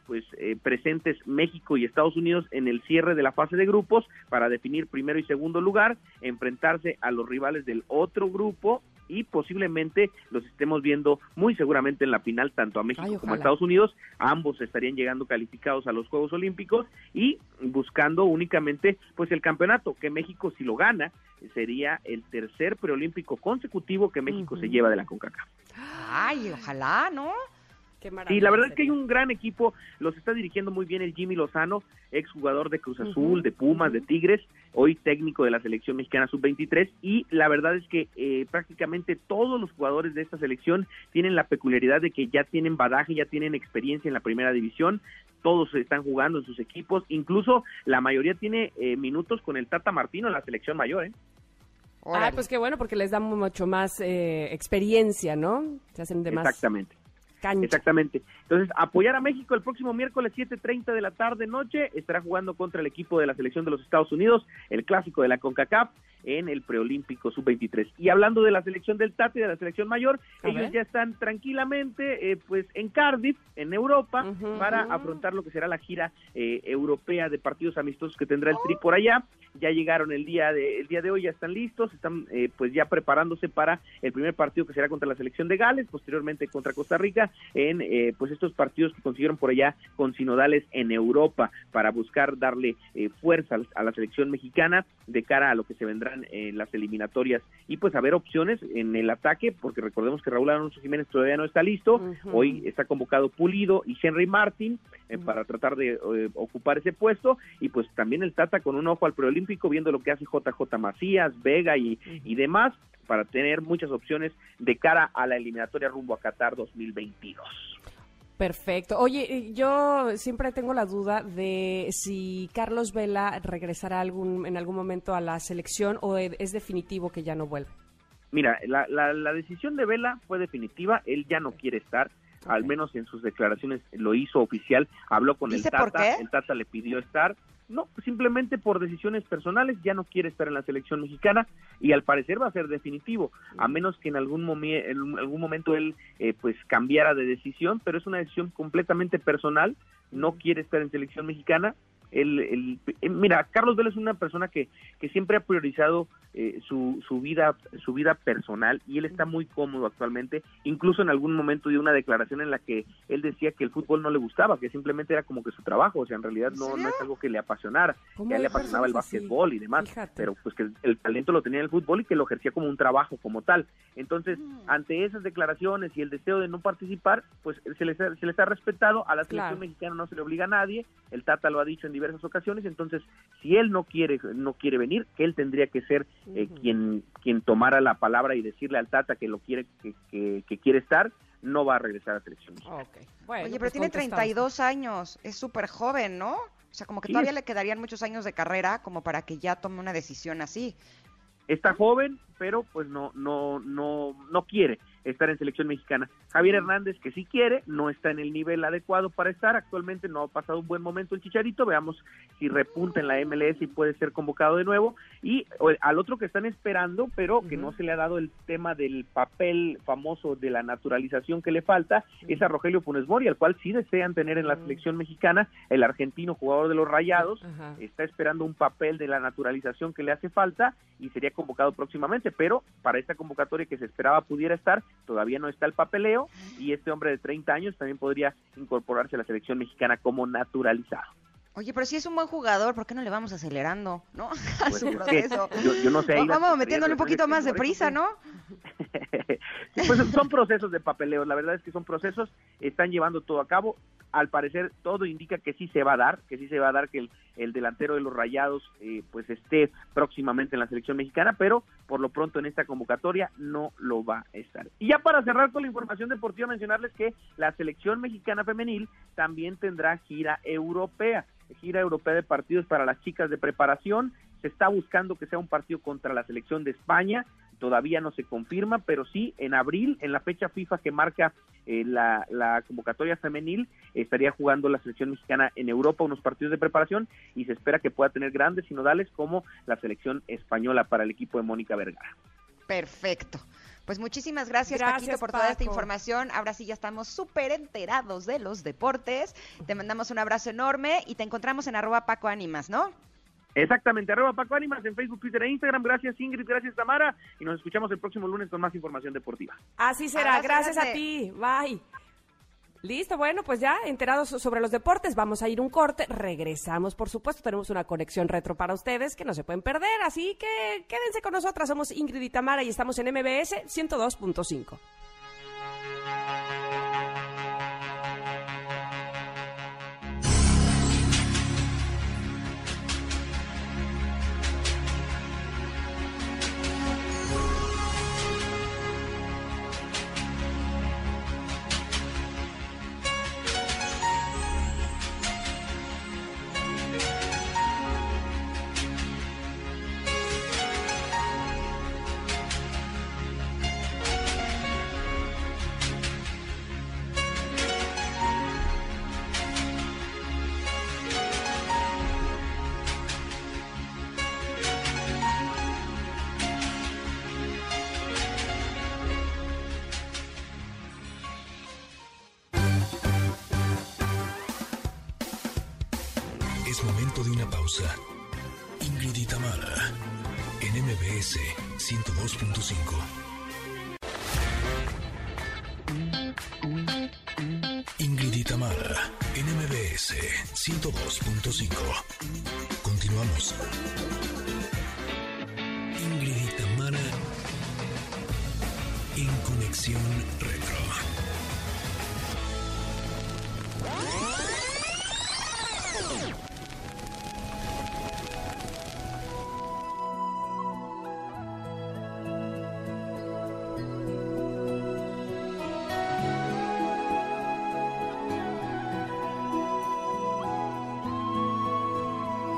presentes México y Estados Unidos en el cierre de la fase de grupos para definir primero y segundo lugar, enfrentarse a los rivales del otro grupo y posiblemente los estemos viendo muy seguramente en la final tanto a México como a Estados Unidos. Ambos estarían llegando calificados a los Juegos Olímpicos y buscando únicamente pues el campeonato, que México, si lo gana, sería el tercer preolímpico consecutivo que México se lleva de la CONCACAF. Ay, ojalá, ¿no? Qué maravilla. Sí, la verdad es que hay un gran equipo, los está dirigiendo muy bien el Jimmy Lozano, exjugador de Cruz Azul, de Pumas, de Tigres, hoy técnico de la selección mexicana sub-23, y la verdad es que prácticamente todos los jugadores de esta selección tienen la peculiaridad de que ya tienen badaje, ya tienen experiencia en la primera división, todos están jugando en sus equipos, incluso la mayoría tiene minutos con el Tata Martino en la selección mayor, ¿eh? Ah, pues qué bueno, porque les da mucho más experiencia, ¿no? Se hacen de más Exactamente. cancha. Exactamente. Entonces, apoyar a México el próximo miércoles 7:30 de la tarde-noche. Estará jugando contra el equipo de la selección de los Estados Unidos, el clásico de la CONCACAF, en el preolímpico sub-23. Y hablando de la selección del Tata y de la selección mayor, ellos ya están tranquilamente pues en Cardiff, en Europa, para afrontar lo que será la gira europea de partidos amistosos que tendrá el Tri por allá. Ya llegaron el día de hoy, ya están listos, están pues ya preparándose para el primer partido que será contra la selección de Gales, posteriormente contra Costa Rica, en pues estos partidos que consiguieron por allá con sinodales en Europa, para buscar darle fuerza a la selección mexicana de cara a lo que se vendrán las eliminatorias y pues haber opciones en el ataque, porque recordemos que Raúl Alonso Jiménez todavía no está listo. Hoy está convocado Pulido y Henry Martin para tratar de ocupar ese puesto, y pues también el Tata con un ojo al preolímpico, viendo lo que hace JJ Macías, Vega y demás, para tener muchas opciones de cara a la eliminatoria rumbo a Qatar 2022. Perfecto. Oye, yo siempre tengo la duda de si Carlos Vela regresará en algún momento a la selección, o es definitivo que ya no vuelve. Mira, la decisión de Vela fue definitiva, él ya no quiere estar, al menos en sus declaraciones lo hizo oficial, habló con el ¿Dice Tata, por qué? el Tata le pidió estar, no, simplemente por decisiones personales, ya no quiere estar en la selección mexicana y al parecer va a ser definitivo, a menos que en algún momento él pues cambiara de decisión, pero es una decisión completamente personal, no quiere estar en selección mexicana. Mira, Carlos Vela es una persona que siempre ha priorizado su vida personal y él está muy cómodo actualmente, incluso en algún momento dio una declaración en la que él decía que el fútbol no le gustaba, que simplemente era como que su trabajo, o sea, en realidad no es algo que le apasionara, que a él le apasionaba el básquetbol y demás, Fíjate. pero pues que el talento lo tenía en el fútbol y que lo ejercía como un trabajo como tal. Entonces, ante esas declaraciones y el deseo de no participar, pues se les ha respetado, a la selección Claro. mexicana no se le obliga a nadie, el Tata lo ha dicho en diversas ocasiones, entonces si él no quiere venir, que él tendría que ser quien tomara la palabra y decirle al Tata que lo quiere, que quiere estar, no va a regresar a la selección mexicana. Ok. Bueno, Oye, pero pues tiene contestamos. 32 años, es súper joven, ¿no? O sea, como que Sí. todavía le quedarían muchos años de carrera como para que ya tome una decisión así. Está joven, pero pues no quiere estar en selección mexicana. Javier Hernández, que sí quiere, no está en el nivel adecuado para estar, actualmente no ha pasado un buen momento el Chicharito, veamos si repunta en la MLS y puede ser convocado de nuevo, y al otro que están esperando, pero que no se le ha dado el tema del papel famoso de la naturalización que le falta, es a Rogelio Funes Mori, al cual sí desean tener en la selección mexicana, el argentino jugador de los Rayados, Ajá. está esperando un papel de la naturalización que le hace falta y sería convocado próximamente, pero para esta convocatoria que se esperaba pudiera estar, todavía no está el papeleo y este hombre de 30 años también podría incorporarse a la selección mexicana como naturalizado. Oye, pero si es un buen jugador, ¿por qué no le vamos acelerando, no? A Pues su es que proceso. yo no sé. ahí Vamos las metiéndole un poquito más de por eso prisa, sí. ¿no? Sí, pues son procesos de papeleo, la verdad es que son procesos, están llevando todo a cabo, al parecer todo indica que sí se va a dar, que el delantero de los Rayados pues esté próximamente en la selección mexicana, pero por lo pronto en esta convocatoria no lo va a estar. Y ya para cerrar con la información deportiva, mencionarles que la selección mexicana femenil también tendrá gira europea de partidos para las chicas de preparación. Se está buscando que sea un partido contra la selección de España, todavía no se confirma, pero sí en abril, en la fecha FIFA que marca la convocatoria femenil, estaría jugando la selección mexicana en Europa unos partidos de preparación y se espera que pueda tener grandes sinodales como la selección española para el equipo de Mónica Vergara. Perfecto. Pues muchísimas gracias, Paquito, por toda esta Paco. información. Ahora sí ya estamos súper enterados de los deportes. Te mandamos un abrazo enorme y te encontramos en @PacoAnimas, ¿no? Exactamente, @Paco Ánimas en Facebook, Twitter e Instagram. Gracias Ingrid, gracias Tamara y nos escuchamos el próximo lunes con más información deportiva. Así será. Abrazo Gracias a grande. ti. Bye. Listo, bueno, pues ya enterados sobre los deportes, vamos a ir un corte, regresamos, por supuesto, tenemos una conexión retro para ustedes que no se pueden perder, así que quédense con nosotras, somos Ingrid y Tamara y estamos en MBS 102.5. Es momento de una pausa. Ingrid y Tamara, en MBS 102.5. Ingrid y Tamara, en MBS 102.5. Continuamos. Ingrid y Tamara, en Conexión Retro.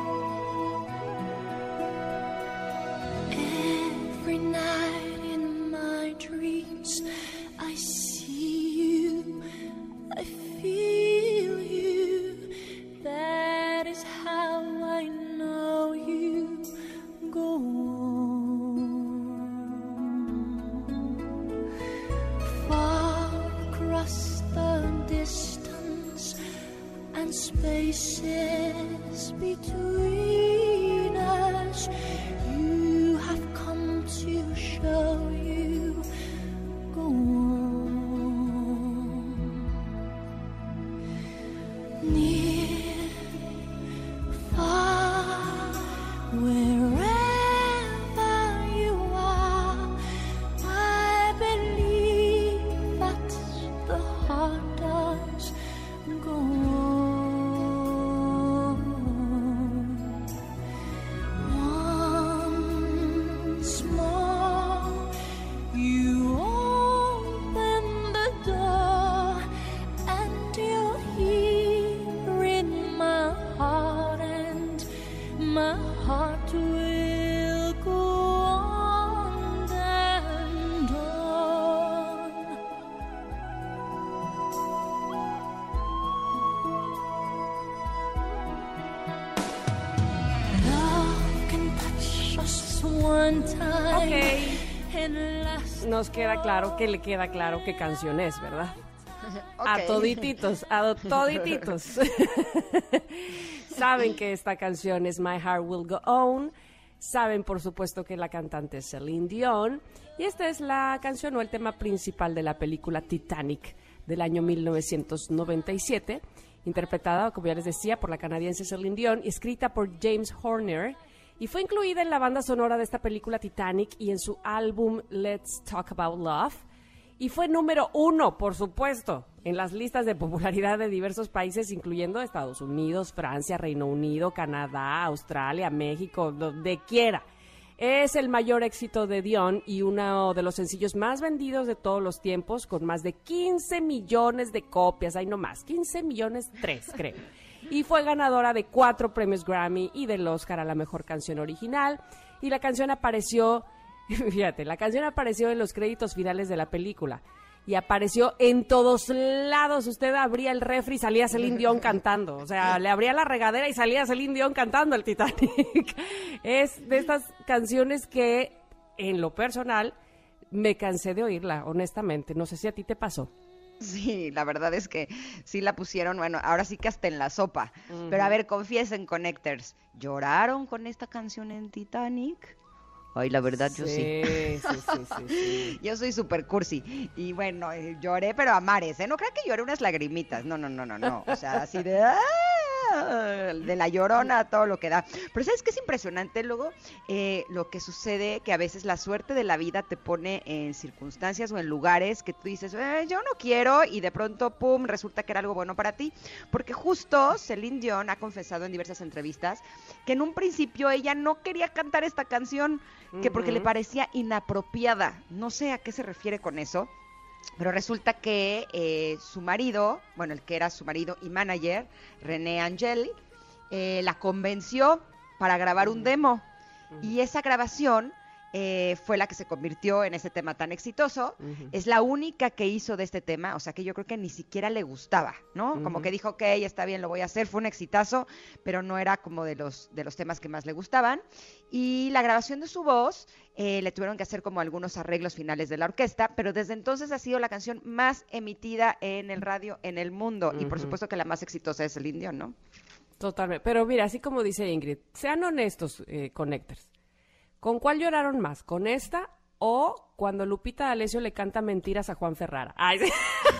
Every night in the between us. You have come to show you go on. Near, far, wherever you are, I believe that the heart does go on. Once more, you open the door, and you're here in my heart, and my heart will go on and on. Love can touch us one time. Ok. And last Nos queda claro que le queda claro qué canción es, ¿verdad? A Ok. todititos, a todititos. Saben que esta canción es My Heart Will Go On. Saben, por supuesto, que la cantante es Celine Dion. Y esta es la canción o el tema principal de la película Titanic del año 1997, interpretada, como ya les decía, por la canadiense Celine Dion y escrita por James Horner. Y fue incluida en la banda sonora de esta película Titanic y en su álbum Let's Talk About Love. Y fue número 1, por supuesto, en las listas de popularidad de diversos países, incluyendo Estados Unidos, Francia, Reino Unido, Canadá, Australia, México, donde quiera. Es el mayor éxito de Dion y uno de los sencillos más vendidos de todos los tiempos, con más de 15 millones de copias. Ay, no más, 15 millones 3, creo. Y fue ganadora de 4 premios Grammy y del Oscar a la mejor canción original. Y la canción apareció... Fíjate, la canción apareció en los créditos finales de la película y apareció en todos lados. Usted abría el refri y salía Celine Dion cantando. O sea, le abría la regadera y salía Celine Dion cantando el Titanic. Es de estas canciones que, en lo personal, me cansé de oírla, honestamente. No sé si a ti te pasó. Sí, la verdad es que sí la pusieron, bueno, ahora sí que hasta en la sopa. Pero a ver, confiesen, Connectors, ¿lloraron con esta canción en Titanic? Ay, la verdad, yo sí. Sí. Yo soy super cursi. Y bueno, lloré, pero a mares, ¿eh? No creo que lloré unas lagrimitas. No. O sea, así de... ¡ah! De la llorona, todo lo que da. Pero ¿sabes qué es impresionante? Luego, lo que sucede, que a veces la suerte de la vida te pone en circunstancias o en lugares que tú dices, yo no quiero, y de pronto, pum, resulta que era algo bueno para ti. Porque justo Celine Dion ha confesado en diversas entrevistas que en un principio ella no quería cantar esta canción, que porque le parecía inapropiada. No sé a qué se refiere con eso. Pero resulta que su marido, bueno, el que era su marido y manager, René Angeli, la convenció para grabar un demo. Y esa grabación fue la que se convirtió en ese tema tan exitoso. Es la única que hizo de este tema, o sea que yo creo que ni siquiera le gustaba, ¿no? Como que dijo, ok, está bien, lo voy a hacer, fue un exitazo, pero no era como de los temas que más le gustaban. Y la grabación de su voz, le tuvieron que hacer como algunos arreglos finales de la orquesta, pero desde entonces ha sido la canción más emitida en el radio en el mundo, y por supuesto que la más exitosa es Celine Dion, ¿no? Totalmente. Pero mira, así como dice Ingrid, sean honestos, Connectors. ¿Con cuál lloraron más? ¿Con esta o cuando Lupita D'Alessio le canta mentiras a Juan Ferrara? Ay, sí.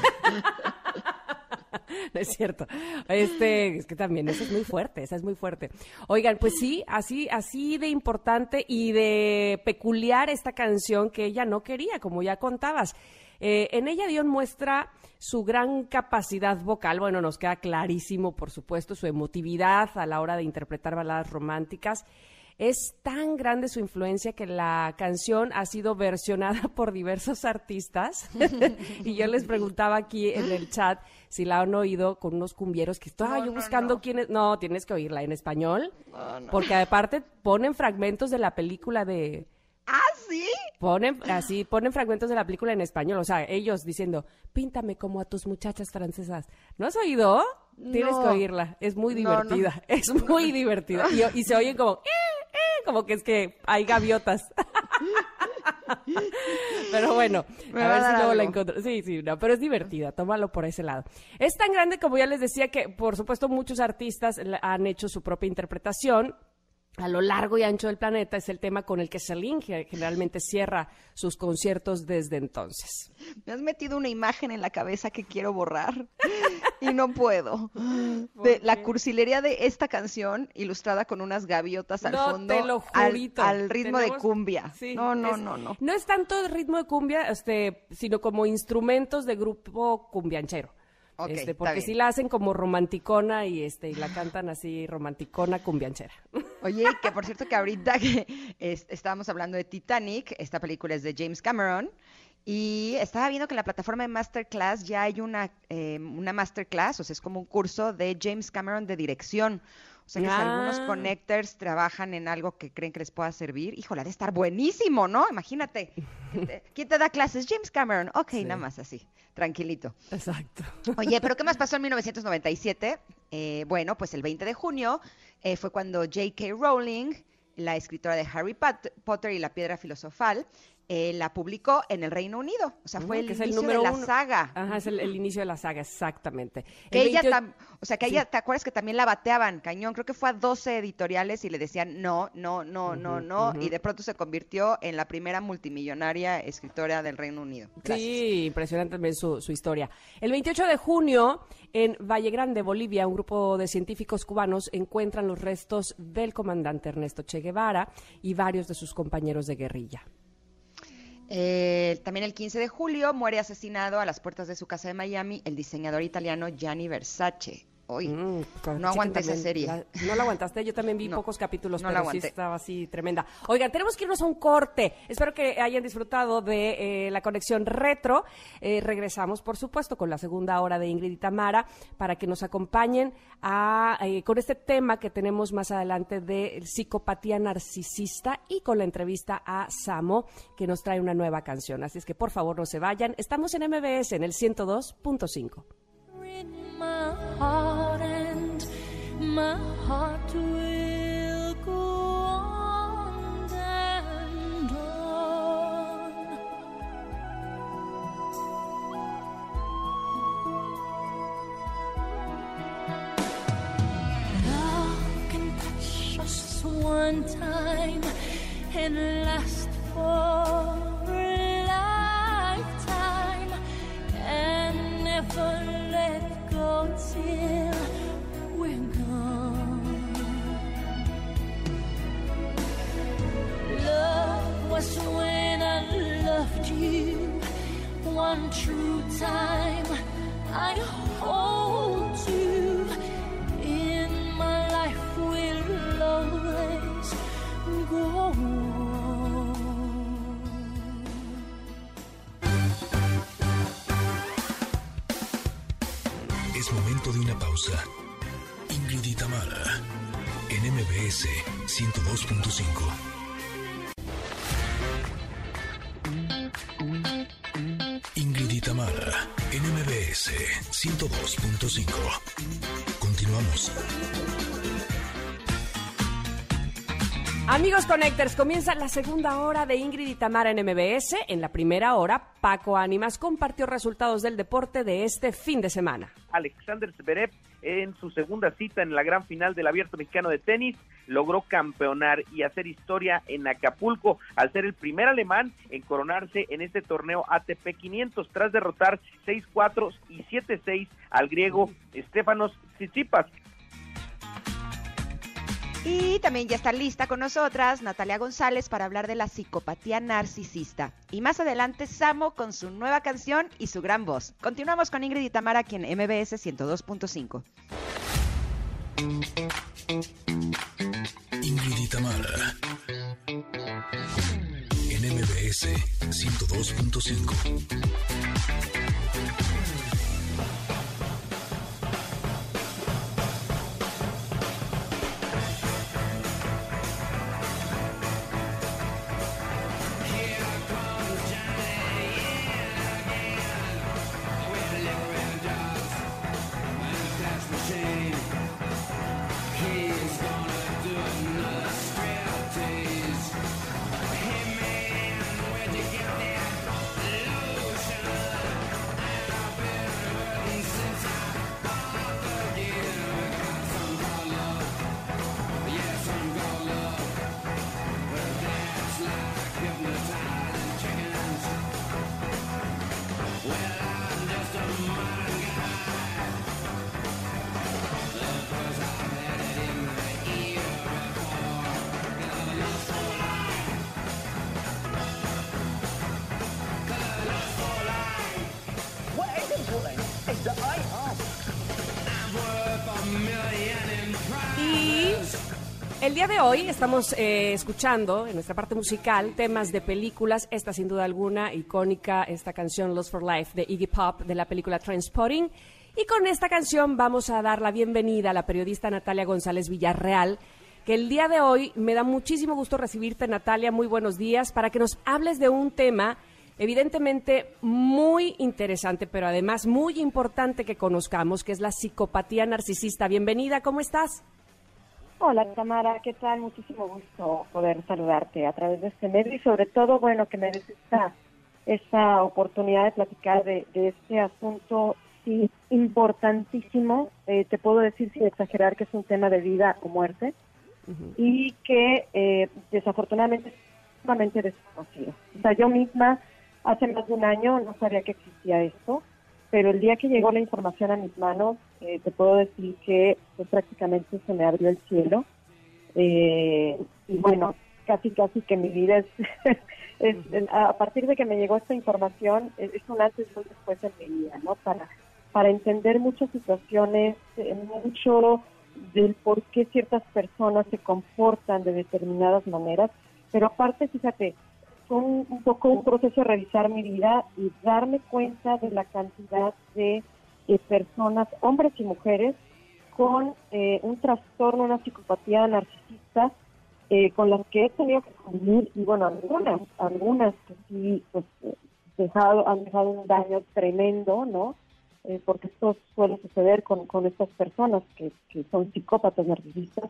No es cierto. Es que también esa es muy fuerte, Oigan, pues sí, así de importante y de peculiar esta canción que ella no quería, como ya contabas. En ella Dion muestra su gran capacidad vocal, bueno, nos queda clarísimo, por supuesto, su emotividad a la hora de interpretar baladas románticas. Es tan grande su influencia que la canción ha sido versionada por diversos artistas. Y yo les preguntaba aquí en el chat si la han oído con unos cumbieros que estaba yo buscando quiénes. No, tienes que oírla en español. Porque aparte ponen fragmentos de la película de... ¿Ah, sí? Ponen fragmentos de la película en español, o sea, ellos diciendo, píntame como a tus muchachas francesas. ¿No has oído? Tienes que oírla, es muy divertida, es muy divertida. Y se oyen como que es que hay gaviotas. Pero bueno, Me a va a ver si dar luego la algo. encuentro. Sí, no, pero es divertida, tómalo por ese lado. Es tan grande, como ya les decía, que por supuesto muchos artistas han hecho su propia interpretación. A lo largo y ancho del planeta es el tema con el que Celine generalmente cierra sus conciertos desde entonces. Me has metido una imagen en la cabeza que quiero borrar y no puedo. De la cursilería de esta canción ilustrada con unas gaviotas al No, fondo te lo al, jurito. al ritmo de Tenemos- cumbia. Sí, No. No es tanto el ritmo de cumbia, sino como instrumentos de grupo cumbianchero. Ok, está Porque bien. sí la hacen como romanticona y la cantan así romanticona cumbianchera. Oye, que por cierto que ahorita que estábamos hablando de Titanic, esta película es de James Cameron, y estaba viendo que en la plataforma de Masterclass ya hay una Masterclass, o sea, es como un curso de James Cameron de dirección. O sea, que si algunos connectors trabajan en algo que creen que les pueda servir, híjole, ha de estar buenísimo, ¿no? Imagínate. ¿Quién te da clases? James Cameron. Ok, nada más así, tranquilito. Exacto. Oye, pero ¿qué más pasó en 1997? Bueno, pues el 20 de junio fue cuando J.K. Rowling, la escritora de Harry Potter y la Piedra Filosofal, la publicó en el Reino Unido. O sea, fue el que es inicio número de la 1. saga. Ajá, es el inicio de la saga, exactamente. Que El ella, 28 o sea, que ella, ¿te acuerdas que también la bateaban, cañón? Creo que fue a 12 editoriales y le decían no, y de pronto se convirtió en la primera multimillonaria escritora del Reino Unido. Gracias. Sí, impresionante también su historia. El 28 de junio, en Valle Grande, Bolivia, un grupo de científicos cubanos encuentran los restos del comandante Ernesto Che Guevara y varios de sus compañeros de guerrilla. También el 15 de julio muere asesinado a las puertas de su casa de Miami el diseñador italiano Gianni Versace. Hoy no aguanté esa serie. No la aguantaste, yo también vi No, pocos capítulos, no la pero sí aguanté. estaba así tremenda. Oigan, tenemos que irnos a un corte. Espero que hayan disfrutado de la conexión retro. Regresamos, por supuesto, con la segunda hora de Ingrid y Tamara para que nos acompañen con este tema que tenemos más adelante de psicopatía narcisista y con la entrevista a Samo, que nos trae una nueva canción. Así es que, por favor, no se vayan. Estamos en MBS, en el 102.5. In my heart and my heart will go on and on. Love can touch us one time and last for a lifetime and never let go till we're gone. Love was when I loved you one true time. I hold you in my life will always go on. Es momento de una pausa. Ingrid y Tamara, en MBS 102.5. Ingrid y Tamara, en MBS 102.5. Continuamos. Amigos Connectors, comienza la segunda hora de Ingrid y Tamara en MBS. En la primera hora, Paco Ánimas compartió resultados del deporte de este fin de semana. Alexander Zverev, en su segunda cita en la gran final del Abierto Mexicano de Tenis, logró campeonar y hacer historia en Acapulco al ser el primer alemán en coronarse en este torneo ATP 500 tras derrotar 6-4 y 7-6 al griego Stefanos Tsitsipas. Y también ya está lista con nosotras Natalia González para hablar de la psicopatía narcisista. Y más adelante Samo con su nueva canción y su gran voz. Continuamos con Ingrid y Tamara aquí en MBS 102.5. Ingrid y Tamara, en MBS 102.5. El día de hoy estamos escuchando en nuestra parte musical temas de películas. Esta sin duda alguna icónica, esta canción Lost for Life de Iggy Pop de la película Trainspotting. Y con esta canción vamos a dar la bienvenida a la periodista Natalia González Villarreal, que el día de hoy me da muchísimo gusto recibirte, Natalia. Muy buenos días, para que nos hables de un tema evidentemente muy interesante, pero además muy importante que conozcamos, que es la psicopatía narcisista. Bienvenida, ¿cómo estás? Hola Tamara, ¿qué tal? Muchísimo gusto poder saludarte a través de este medio y sobre todo, bueno, que me des esta oportunidad de platicar de este asunto sí, importantísimo. Te puedo decir sin exagerar que es un tema de vida o muerte y que desafortunadamente es sumamente desconocido. O sea, yo misma hace más de un año no sabía que existía esto, pero el día que llegó la información a mis manos, te puedo decir que pues, prácticamente se me abrió el cielo. Y bueno, casi que mi vida a partir de que me llegó esta información, es un antes y un después en mi vida, ¿no? Para entender muchas situaciones, mucho del por qué ciertas personas se comportan de determinadas maneras, pero aparte, fíjate, fue un poco un proceso de revisar mi vida y darme cuenta de la cantidad de personas, hombres y mujeres, con un trastorno, una psicopatía narcisista, con las que he tenido que convivir, y bueno, algunas que sí pues, han dejado un daño tremendo, ¿no? Porque esto suele suceder con estas personas que son psicópatas narcisistas,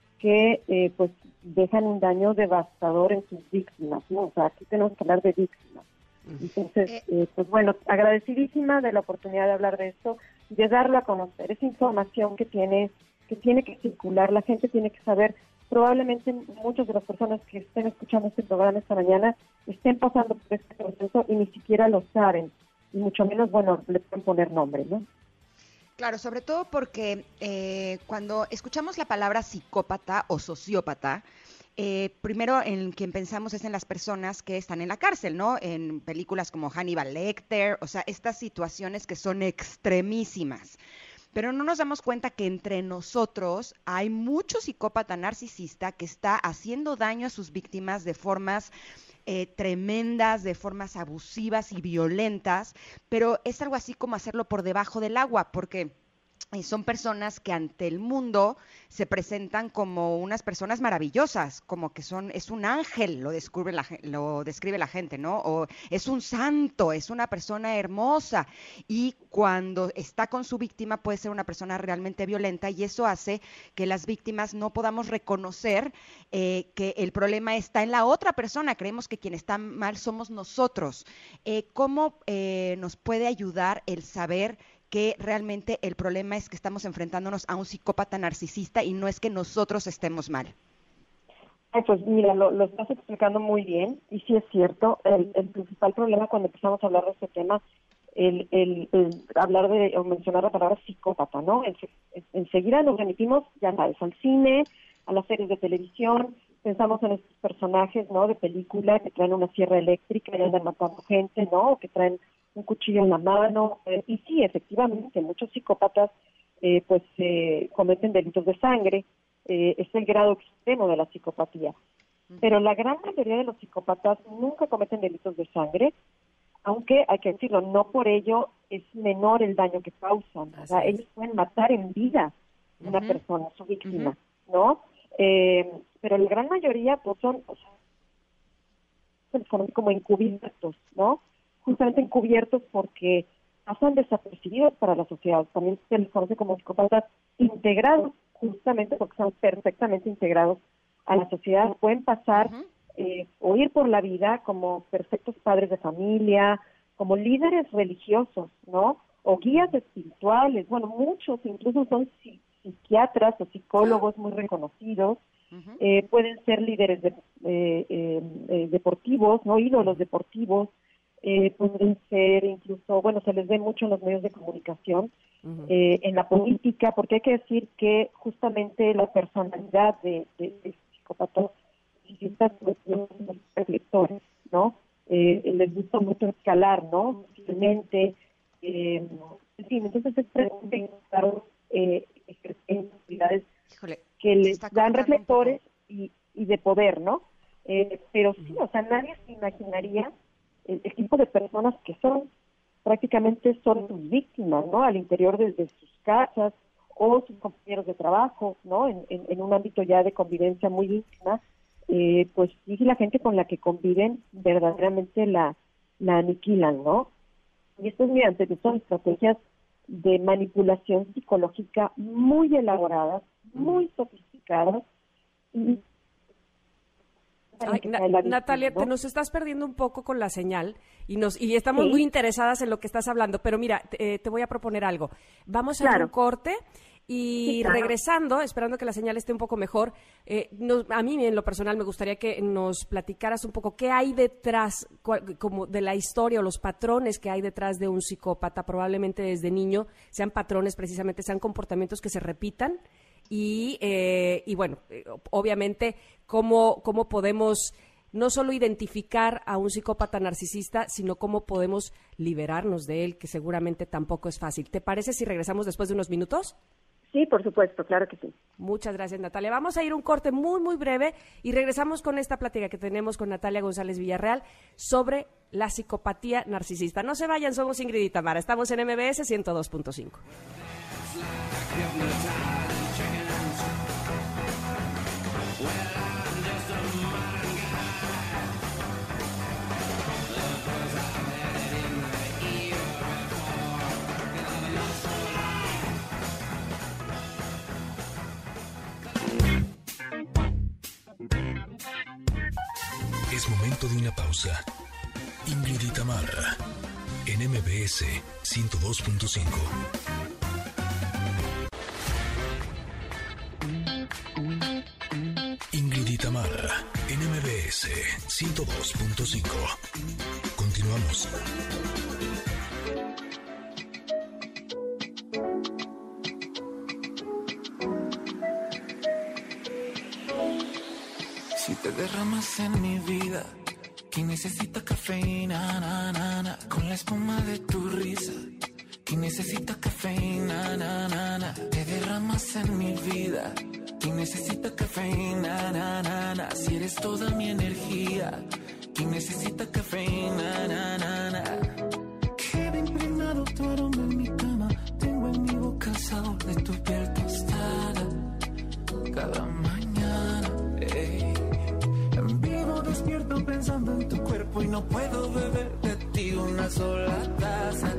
que pues dejan un daño devastador en sus víctimas, ¿no? O sea, aquí tenemos que hablar de víctimas. Entonces, pues bueno, agradecidísima de la oportunidad de hablar de esto, de darlo a conocer. Es información que tiene que circular, la gente tiene que saber. Probablemente muchas de las personas que estén escuchando este programa esta mañana estén pasando por este proceso y ni siquiera lo saben, y mucho menos, bueno, le pueden poner nombre, ¿no? Claro, sobre todo porque cuando escuchamos la palabra psicópata o sociópata, primero en quien pensamos es en las personas que están en la cárcel, ¿no? En películas como Hannibal Lecter, o sea, estas situaciones que son extremísimas. Pero no nos damos cuenta que entre nosotros hay mucho psicópata narcisista que está haciendo daño a sus víctimas de formas tremendas, de formas abusivas y violentas, pero es algo así como hacerlo por debajo del agua, porque son personas que ante el mundo se presentan como unas personas maravillosas, como que es un ángel, lo describe la gente, ¿no? O es un santo, es una persona hermosa, y cuando está con su víctima puede ser una persona realmente violenta, y eso hace que las víctimas no podamos reconocer que el problema está en la otra persona. Creemos que quien está mal somos nosotros. ¿Cómo nos puede ayudar el saber que realmente el problema es que estamos enfrentándonos a un psicópata narcisista y no es que nosotros estemos mal? Pues mira, lo estás explicando muy bien, y sí es cierto, el principal problema cuando empezamos a hablar de este tema, el hablar o mencionar la palabra psicópata, ¿no? Enseguida nos remitimos, ya sabes, al cine, a las series de televisión, pensamos en estos personajes, ¿no?, de película que traen una sierra eléctrica y andan matando gente, ¿no?, o que traen un cuchillo en la mano, y sí, efectivamente, muchos psicópatas pues cometen delitos de sangre, es el grado extremo de la psicopatía, pero la gran mayoría de los psicópatas nunca cometen delitos de sangre, aunque hay que decirlo, no por ello es menor el daño que causan. O sea, ellos pueden matar en vida a una persona, su víctima, ¿no? Pero la gran mayoría pues son, o sea, se les conoce como encubiertos, ¿no? Justamente encubiertos porque pasan desapercibidos para la sociedad. También se les conoce como psicópatas integrados, justamente porque son perfectamente integrados a la sociedad. Pueden pasar o ir por la vida como perfectos padres de familia, como líderes religiosos, ¿no? O guías espirituales. Bueno, muchos incluso son psiquiatras o psicólogos muy reconocidos. Pueden ser líderes deportivos, ¿no? Ídolos deportivos. Pueden ser incluso, bueno, se les ve mucho en los medios de comunicación, en la política, porque hay que decir que justamente la personalidad de psicópatas son reflectores, ¿no? Les gusta mucho escalar, ¿no? Simplemente, en fin, entonces es claro, actividades que les está dan cortando un reflectores y de poder, ¿no? Pero sí, o sea, nadie se imaginaría el tipo de personas que son. Prácticamente son sus víctimas, ¿no? Al interior de sus casas o sus compañeros de trabajo, ¿no? En un ámbito ya de convivencia muy íntima, pues sí, la gente con la que conviven verdaderamente la aniquilan, ¿no? Y esto es mediante que son estrategias de manipulación psicológica muy elaboradas, muy sofisticadas. Y Ay, Natalia, ¿no? te nos estás perdiendo un poco con la señal y estamos Sí. muy interesadas en lo que estás hablando, pero mira, te voy a proponer algo. Vamos a ir a Claro. un corte y Sí, claro. regresando, esperando que la señal esté un poco mejor, a mí en lo personal me gustaría que nos platicaras un poco qué hay detrás como de la historia o los patrones que hay detrás de un psicópata, probablemente desde niño, sean patrones precisamente, sean comportamientos que se repitan. Y bueno, obviamente, ¿cómo podemos no solo identificar a un psicópata narcisista, sino cómo podemos liberarnos de él, que seguramente tampoco es fácil? ¿Te parece si regresamos después de unos minutos? Sí, por supuesto, claro que sí. Muchas gracias, Natalia. Vamos a ir a un corte muy, muy breve y regresamos con esta plática que tenemos con Natalia González Villarreal sobre la psicopatía narcisista. No se vayan, somos Ingrid y Tamara. Estamos en MBS 102.5. Es momento de una pausa. Ingrid y Tamara, en MBS 102.5. Ingrid y Tamara, en MBS 102.5. Continuamos. Si te derramas en mi vida, ¿quién necesita cafeína? Na, na, na, con la espuma de tu risa. ¿Quién necesita cafeína? Na, na, na, te derramas en mi vida. ¿Quién necesita cafeína? Na, na, na, si eres toda mi energía. ¿Quién necesita cafeína? Na, na, na. Queda impregnado tu aroma en mi cama. Tengo en mi boca el sabor de tu piel tostada. Cada mañana, ey. Vivo despierto pensando en tu cuerpo y no puedo beber de ti una sola taza.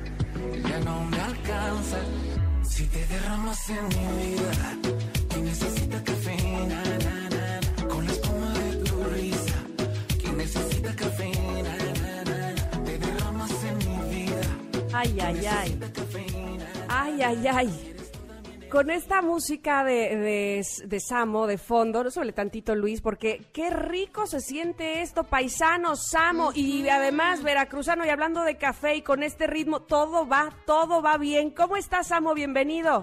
Ya no me alcanza. Si te derramas en mi vida, ¿quién necesita cafeína? Na, na, na, con la espuma de tu risa. ¿Quién necesita cafeína? Na, na, na, te derramas en mi vida. Ay, ay, ay. Ay, ay, ay. Con esta música de Samo de fondo, no suele tantito Luis, porque qué rico se siente esto, paisano, Samo, y además veracruzano, y hablando de café y con este ritmo, todo va bien. ¿Cómo estás, Samo? Bienvenido.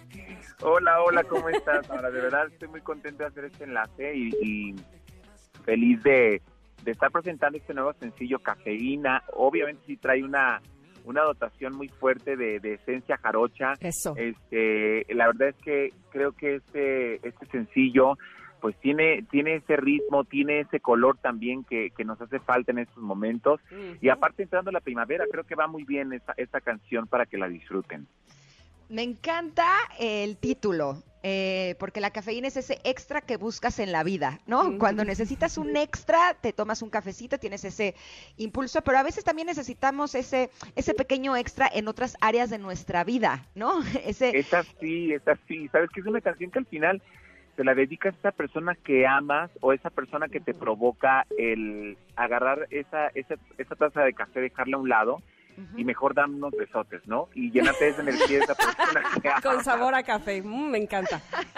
Hola, ¿cómo estás? Ahora, de verdad estoy muy contento de hacer este enlace y feliz de estar presentando este nuevo sencillo, Cafeína. Obviamente sí trae una dotación muy fuerte de esencia jarocha. Eso. La verdad es que creo que este sencillo pues tiene ese ritmo, tiene ese color también que nos hace falta en estos momentos. Uh-huh. Y aparte, entrando la primavera, creo que va muy bien esta canción para que la disfruten. Me encanta el título, porque la cafeína es ese extra que buscas en la vida, ¿no? Cuando necesitas un extra, te tomas un cafecito, tienes ese impulso, pero a veces también necesitamos ese pequeño extra en otras áreas de nuestra vida, ¿no? Es así. ¿Sabes qué? Es una canción que al final te la dedicas a esa persona que amas o esa persona que te provoca el agarrar esa taza de café, dejarla a un lado. Uh-huh. Y mejor dan unos besotes, ¿no? Y llénate de esa energía de esa persona que ama. Con sabor a café, me encanta.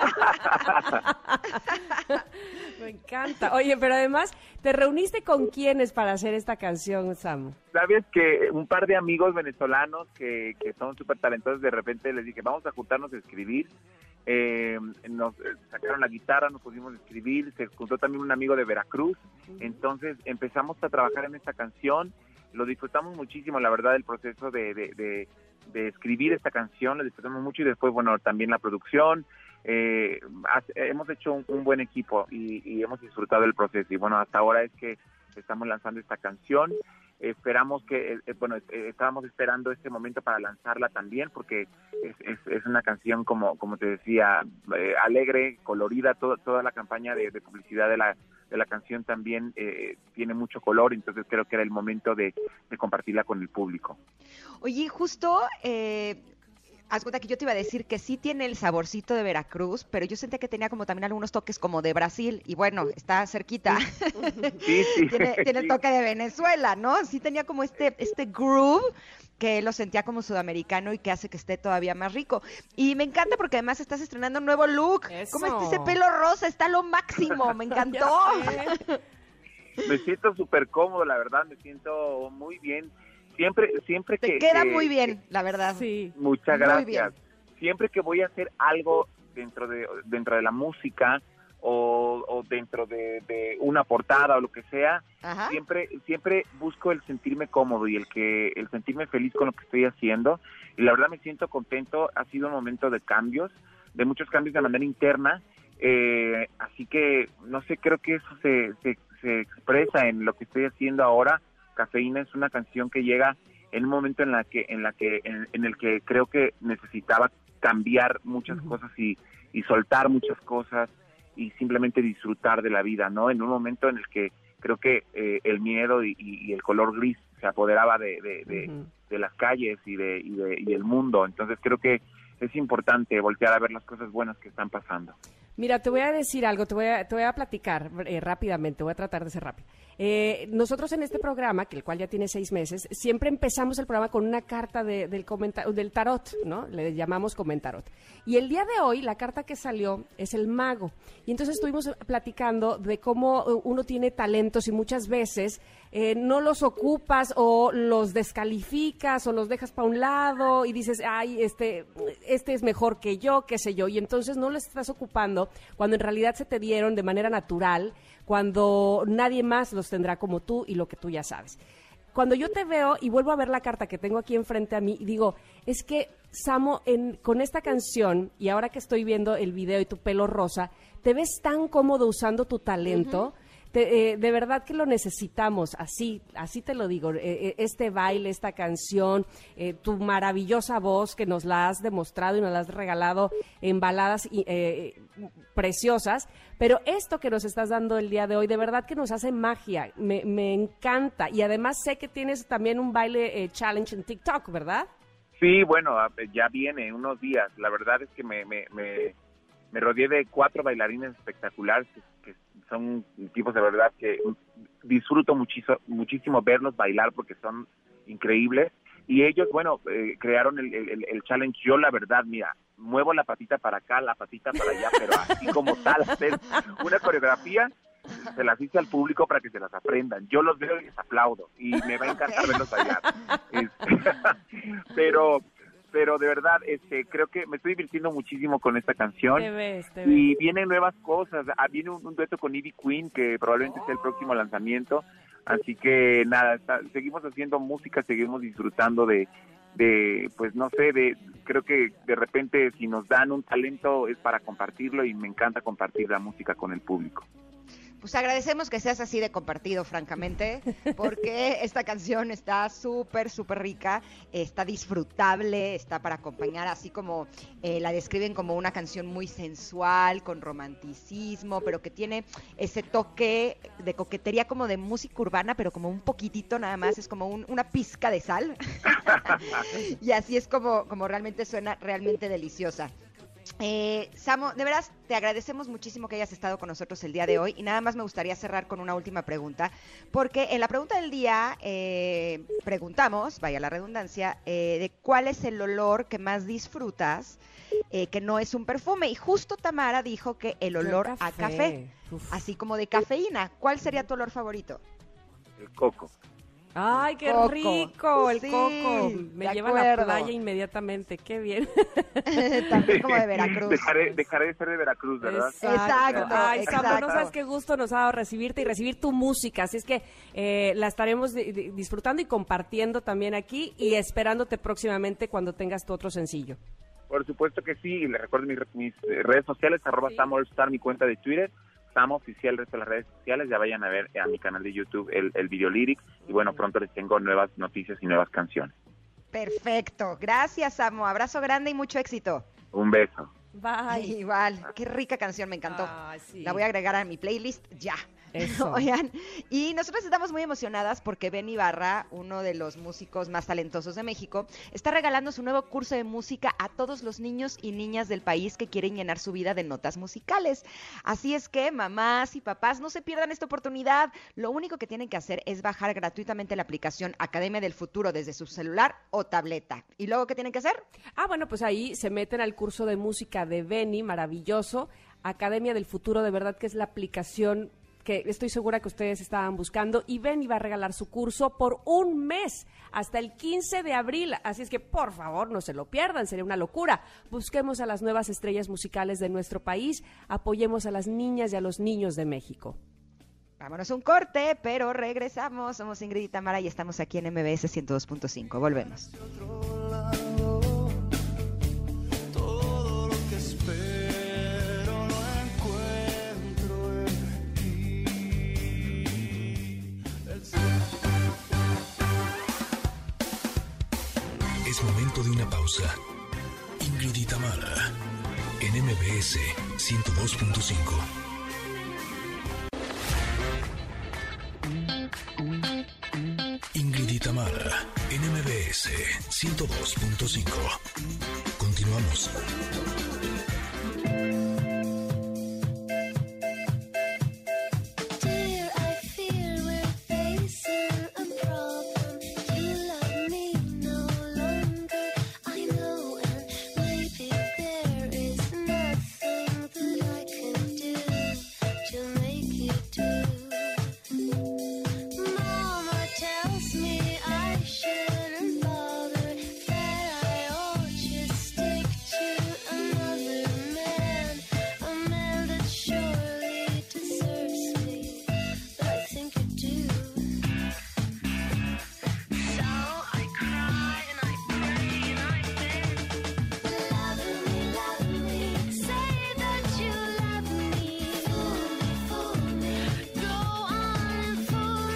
Me encanta. Oye, pero además, ¿te reuniste con quiénes para hacer esta canción, Samu? Sabes que un par de amigos venezolanos que son súper talentosos, de repente les dije, vamos a juntarnos a escribir. Nos sacaron la guitarra, nos pusimos a escribir, se juntó también un amigo de Veracruz. Uh-huh. Entonces empezamos a trabajar en esta canción. Lo disfrutamos muchísimo, la verdad, el proceso de escribir esta canción, lo disfrutamos mucho y después, bueno, también la producción. hemos hecho un buen equipo y hemos disfrutado el proceso. Y bueno, hasta ahora es que estamos lanzando esta canción. Esperamos que, estábamos esperando este momento para lanzarla también, porque es una canción, como te decía, alegre, colorida. Toda la campaña de publicidad de la canción también tiene mucho color, entonces creo que era el momento de compartirla con el público. Oye, justo, haz cuenta que yo te iba a decir que sí tiene el saborcito de Veracruz, pero yo sentía que tenía como también algunos toques como de Brasil, y bueno, está cerquita. Sí. tiene el toque de Venezuela, ¿no? Sí tenía como este groove que lo sentía como sudamericano y que hace que esté todavía más rico. Y me encanta porque además estás estrenando un nuevo look. Eso. ¿Cómo está ese pelo rosa? Está lo máximo, me encantó. Me siento súper cómodo, la verdad, me siento muy bien. Siempre Te queda muy bien, la verdad. Sí. Muchas Muy gracias. bien. Siempre que voy a hacer algo dentro de la música o dentro de una portada o lo que sea, Ajá. siempre busco el sentirme cómodo y el sentirme feliz con lo que estoy haciendo. Y la verdad me siento contento. Ha sido un momento de cambios, de muchos cambios de manera interna. Así que, no sé, creo que eso se expresa en lo que estoy haciendo ahora. Cafeína es una canción que llega en un momento en el que creo que necesitaba cambiar muchas cosas y soltar muchas cosas y simplemente disfrutar de la vida, ¿no? En un momento en el que creo que el miedo y el color gris se apoderaba de las calles y del mundo. Entonces creo que es importante voltear a ver las cosas buenas que están pasando. Mira, te voy a decir algo, te voy a platicar rápidamente, voy a tratar de ser rápido. Nosotros en este programa, que el cual ya tiene 6 meses, siempre empezamos el programa con una carta del tarot, ¿no? Le llamamos comentarot. Y el día de hoy, la carta que salió es el mago. Y entonces estuvimos platicando de cómo uno tiene talentos y muchas veces no los ocupas o los descalificas o los dejas para un lado y dices, ay, este es mejor que yo, qué sé yo. Y entonces no los estás ocupando cuando en realidad se te dieron de manera natural, cuando nadie más los tendrá como tú y lo que tú ya sabes. Cuando yo te veo y vuelvo a ver la carta que tengo aquí enfrente a mí, digo, es que, Samo, con esta canción, y ahora que estoy viendo el video y tu pelo rosa, te ves tan cómodo usando tu talento. De verdad que lo necesitamos, así te lo digo, este baile, esta canción, tu maravillosa voz que nos la has demostrado y nos la has regalado en baladas preciosas, pero esto que nos estás dando el día de hoy, de verdad que nos hace magia, me encanta, y además sé que tienes también un baile challenge en TikTok, ¿verdad? Sí, bueno, ya viene unos días, la verdad es que me rodeé de 4 bailarines espectaculares que son tipos de verdad que disfruto muchísimo verlos bailar porque son increíbles. Y ellos, bueno, crearon el challenge. Yo, la verdad, mira, muevo la patita para acá, la patita para allá, pero así como tal, hacer una coreografía, se las hice al público para que se las aprendan. Yo los veo y les aplaudo y me va a encantar verlos bailar. Pero de verdad, creo que me estoy divirtiendo muchísimo con esta canción. Te ves. Y vienen nuevas cosas. Viene un dueto con Ivy Queen, que probablemente sea el próximo lanzamiento. Así que nada, seguimos haciendo música, seguimos disfrutando de pues no sé, creo que de repente si nos dan un talento es para compartirlo y me encanta compartir la música con el público. Pues agradecemos que seas así de compartido, francamente, porque esta canción está súper, súper rica, está disfrutable, está para acompañar, así como la describen como una canción muy sensual, con romanticismo, pero que tiene ese toque de coquetería como de música urbana, pero como un poquitito nada más, es como una pizca de sal. Y así es como realmente suena realmente deliciosa. Samo, de veras te agradecemos muchísimo que hayas estado con nosotros el día de hoy y nada más me gustaría cerrar con una última pregunta, porque en la pregunta del día preguntamos, vaya la redundancia, de cuál es el olor que más disfrutas, que no es un perfume, y justo Tamara dijo que el olor a café, así como de cafeína. ¿Cuál sería tu olor favorito? El coco. ¡Ay, qué Coco. rico! El Sí, coco. Me de lleva a la acuerdo. playa inmediatamente. ¡Qué bien! También como de Veracruz. Dejaré de ser de Veracruz, ¿verdad? Exacto. Ay, Samo, exacto. no sabes qué gusto nos ha dado recibirte y recibir tu música. Así es que la estaremos disfrutando y compartiendo también aquí y esperándote próximamente cuando tengas tu otro sencillo. Por supuesto que sí, y les recuerdo mis redes sociales, @SamOllStar, mi cuenta de Twitter, Sam Oficial, el resto de las redes sociales, ya vayan a ver a mi canal de YouTube el video lyrics, y bueno, pronto les tengo nuevas noticias y nuevas canciones. Perfecto. Gracias, Samo. Abrazo grande y mucho éxito. Un beso. Bye. Igual. Qué rica canción, me encantó. Sí. La voy a agregar a mi playlist ya. Eso. Oigan, y nosotros estamos muy emocionadas porque Ben Ibarra, uno de los músicos más talentosos de México, está regalando su nuevo curso de música a todos los niños y niñas del país que quieren llenar su vida de notas musicales. Así es que, mamás y papás, no se pierdan esta oportunidad. Lo único que tienen que hacer es bajar gratuitamente la aplicación Academia del Futuro desde su celular o tableta. ¿Y luego qué tienen que hacer? Bueno, pues ahí se meten al curso de música de Benny, maravilloso. Academia del Futuro, de verdad que es la aplicación que estoy segura que ustedes estaban buscando, y Benny va a regalar su curso por un mes, hasta el 15 de abril, así es que por favor no se lo pierdan, sería una locura. Busquemos a las nuevas estrellas musicales de nuestro país, apoyemos a las niñas y a los niños de México. Vámonos a un corte, pero regresamos. Somos Ingrid y Tamara y estamos aquí en MBS 102.5. Volvemos. Todo lo que espero lo encuentro en ti. Es momento de una pausa. Ingrid y Tamara en MBS 102.5. Ingrid y Tamara en MBS 102.5. Continuamos. Dear, I feel we're facing a problem. You love me no longer, I know, and maybe there is nothing that I can do to make you do. Mama tells me I shouldn't bother, that I ought just stick to another man, a man that surely deserves me, but I think you do. So I cry and I pray and I beg, love me, say that you love me, fool me, go on and fool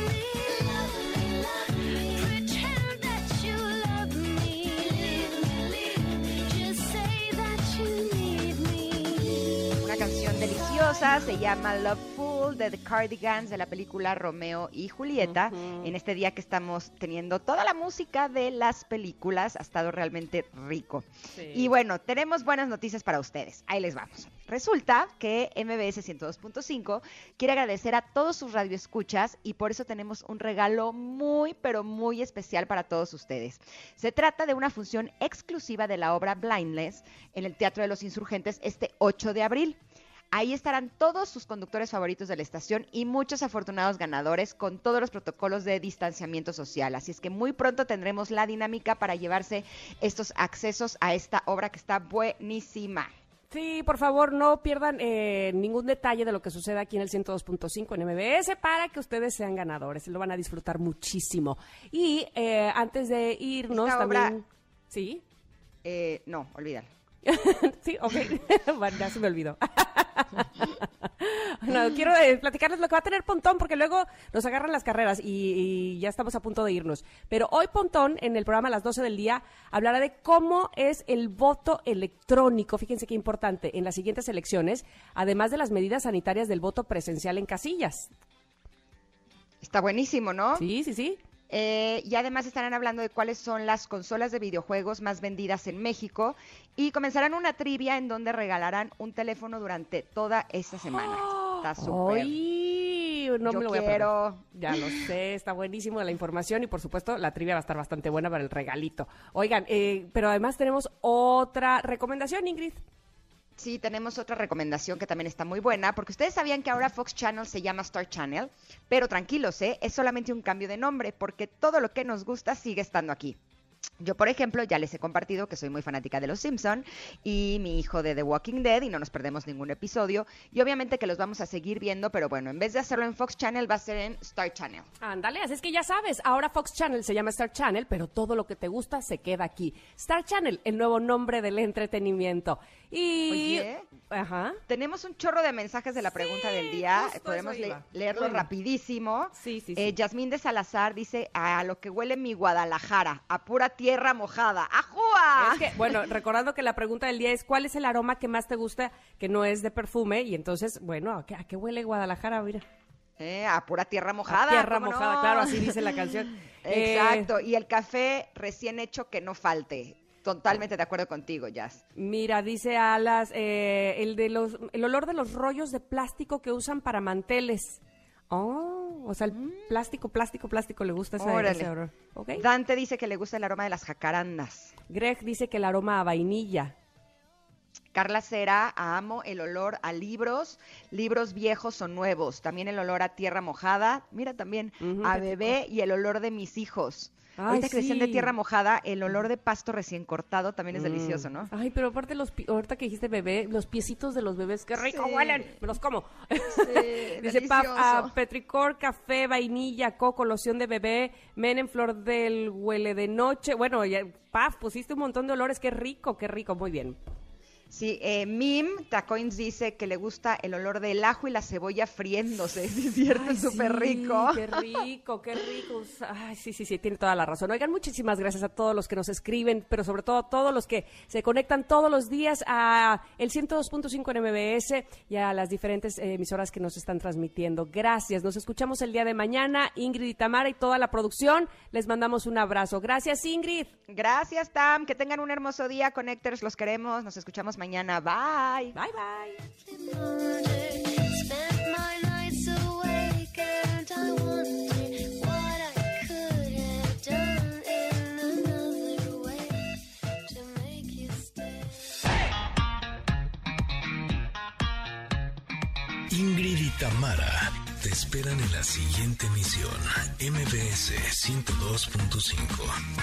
me, pretend that you love me, leave me, just say that you need me. Una canción deliciosa, se llama Love Fool de The Cardigans, de la película Romeo y Julieta. En este día que estamos teniendo toda la música de las películas, ha estado realmente rico. Sí. Y bueno, tenemos buenas noticias para ustedes. Ahí les vamos. Resulta que MBS 102.5 quiere agradecer a todos sus radioescuchas y por eso tenemos un regalo muy, pero muy especial para todos ustedes. Se trata de una función exclusiva de la obra Blindness en el Teatro de los Insurgentes este 8 de abril. Ahí estarán todos sus conductores favoritos de la estación y muchos afortunados ganadores con todos los protocolos de distanciamiento social. Así es que muy pronto tendremos la dinámica para llevarse estos accesos a esta obra que está buenísima. Sí, por favor, no pierdan ningún detalle de lo que sucede aquí en el 102.5 en MBS para que ustedes sean ganadores. Lo van a disfrutar muchísimo. Y antes de irnos Esta también... obra- ¿Sí? No, olvídalo. Sí, ok. Bueno, ya se me olvidó. No, quiero platicarles lo que va a tener Pontón, porque luego nos agarran las carreras y ya estamos a punto de irnos. Pero hoy Pontón, en el programa a las 12 del día, hablará de cómo es el voto electrónico. Fíjense qué importante, en las siguientes elecciones, además de las medidas sanitarias del voto presencial en casillas. Está buenísimo, ¿no? Sí, sí, sí. Y además estarán hablando de cuáles son las consolas de videojuegos más vendidas en México y comenzarán una trivia en donde regalarán un teléfono durante toda esta semana. Está súper. ¡Ay! No Yo me lo voy a quiero. perder. Ya lo sé, está buenísimo la información y por supuesto la trivia va a estar bastante buena para el regalito. Oigan, pero además tenemos otra recomendación, Ingrid. Sí, tenemos otra recomendación que también está muy buena, porque ustedes sabían que ahora Fox Channel se llama Star Channel, pero tranquilos, es solamente un cambio de nombre, porque todo lo que nos gusta sigue estando aquí. Yo, por ejemplo, ya les he compartido que soy muy fanática de Los Simpson y mi hijo de The Walking Dead y no nos perdemos ningún episodio. Y obviamente que los vamos a seguir viendo, pero bueno, en vez de hacerlo en Fox Channel va a ser en Star Channel. Ándale, así es que ya sabes, ahora Fox Channel se llama Star Channel, pero todo lo que te gusta se queda aquí. Star Channel, el nuevo nombre del entretenimiento. Y... Oye, ajá. Tenemos un chorro de mensajes de la pregunta del día. justo Podemos eso iba. leerlo rapidísimo. Sí. Yasmín de Salazar dice, a lo que huele mi Guadalajara, a pura tierra mojada. ¡Ajúa! Es que, bueno, recordando que la pregunta del día es ¿cuál es el aroma que más te gusta que no es de perfume? Y entonces, bueno, ¿a qué huele Guadalajara? Mira. A pura tierra mojada. A tierra ¿cómo mojada, no? claro, así dice la canción. Exacto, y el café recién hecho que no falte. Totalmente de acuerdo contigo, Jazz. Mira, dice Alas, el olor de los rollos de plástico que usan para manteles. Oh, o sea, el plástico le gusta ese olor. ¿Okay? Dante dice que le gusta el aroma de las jacarandas. Greg dice que el aroma a vainilla. Carla Cera, amo el olor a libros viejos o nuevos. También el olor a tierra mojada. Mira, también a bebé y el olor de mis hijos. Ay, Ahorita que decían de sí. tierra mojada, el olor de pasto recién cortado también es delicioso, ¿no? Ay, pero aparte ahorita que dijiste bebé, los piecitos de los bebés, qué rico Sí. huelen, me los como. Sí, Dice Paf, delicioso. petricor, café, vainilla, coco, loción de bebé, men en flor del huele de noche. Bueno, ya, Paf, pusiste un montón de olores, qué rico, muy bien. Sí, Mim Tacoins dice que le gusta el olor del ajo y la cebolla friéndose. Sí, es cierto, Ay, es súper rico. Qué rico. Ay, sí, tiene toda la razón. Oigan, muchísimas gracias a todos los que nos escriben, pero sobre todo a todos los que se conectan todos los días a el 102.5 en MBS y a las diferentes emisoras que nos están transmitiendo. Gracias. Nos escuchamos el día de mañana. Ingrid y Tamara y toda la producción, les mandamos un abrazo. Gracias, Ingrid. Gracias, Tam. Que tengan un hermoso día, Connectors. Los queremos. Nos escuchamos mañana. Bye. Bye. Spent my nights awake and I wonder what I could have done in another way to make you stay. Ingrid y Tamara te esperan en la siguiente emisión. MBS 102.5.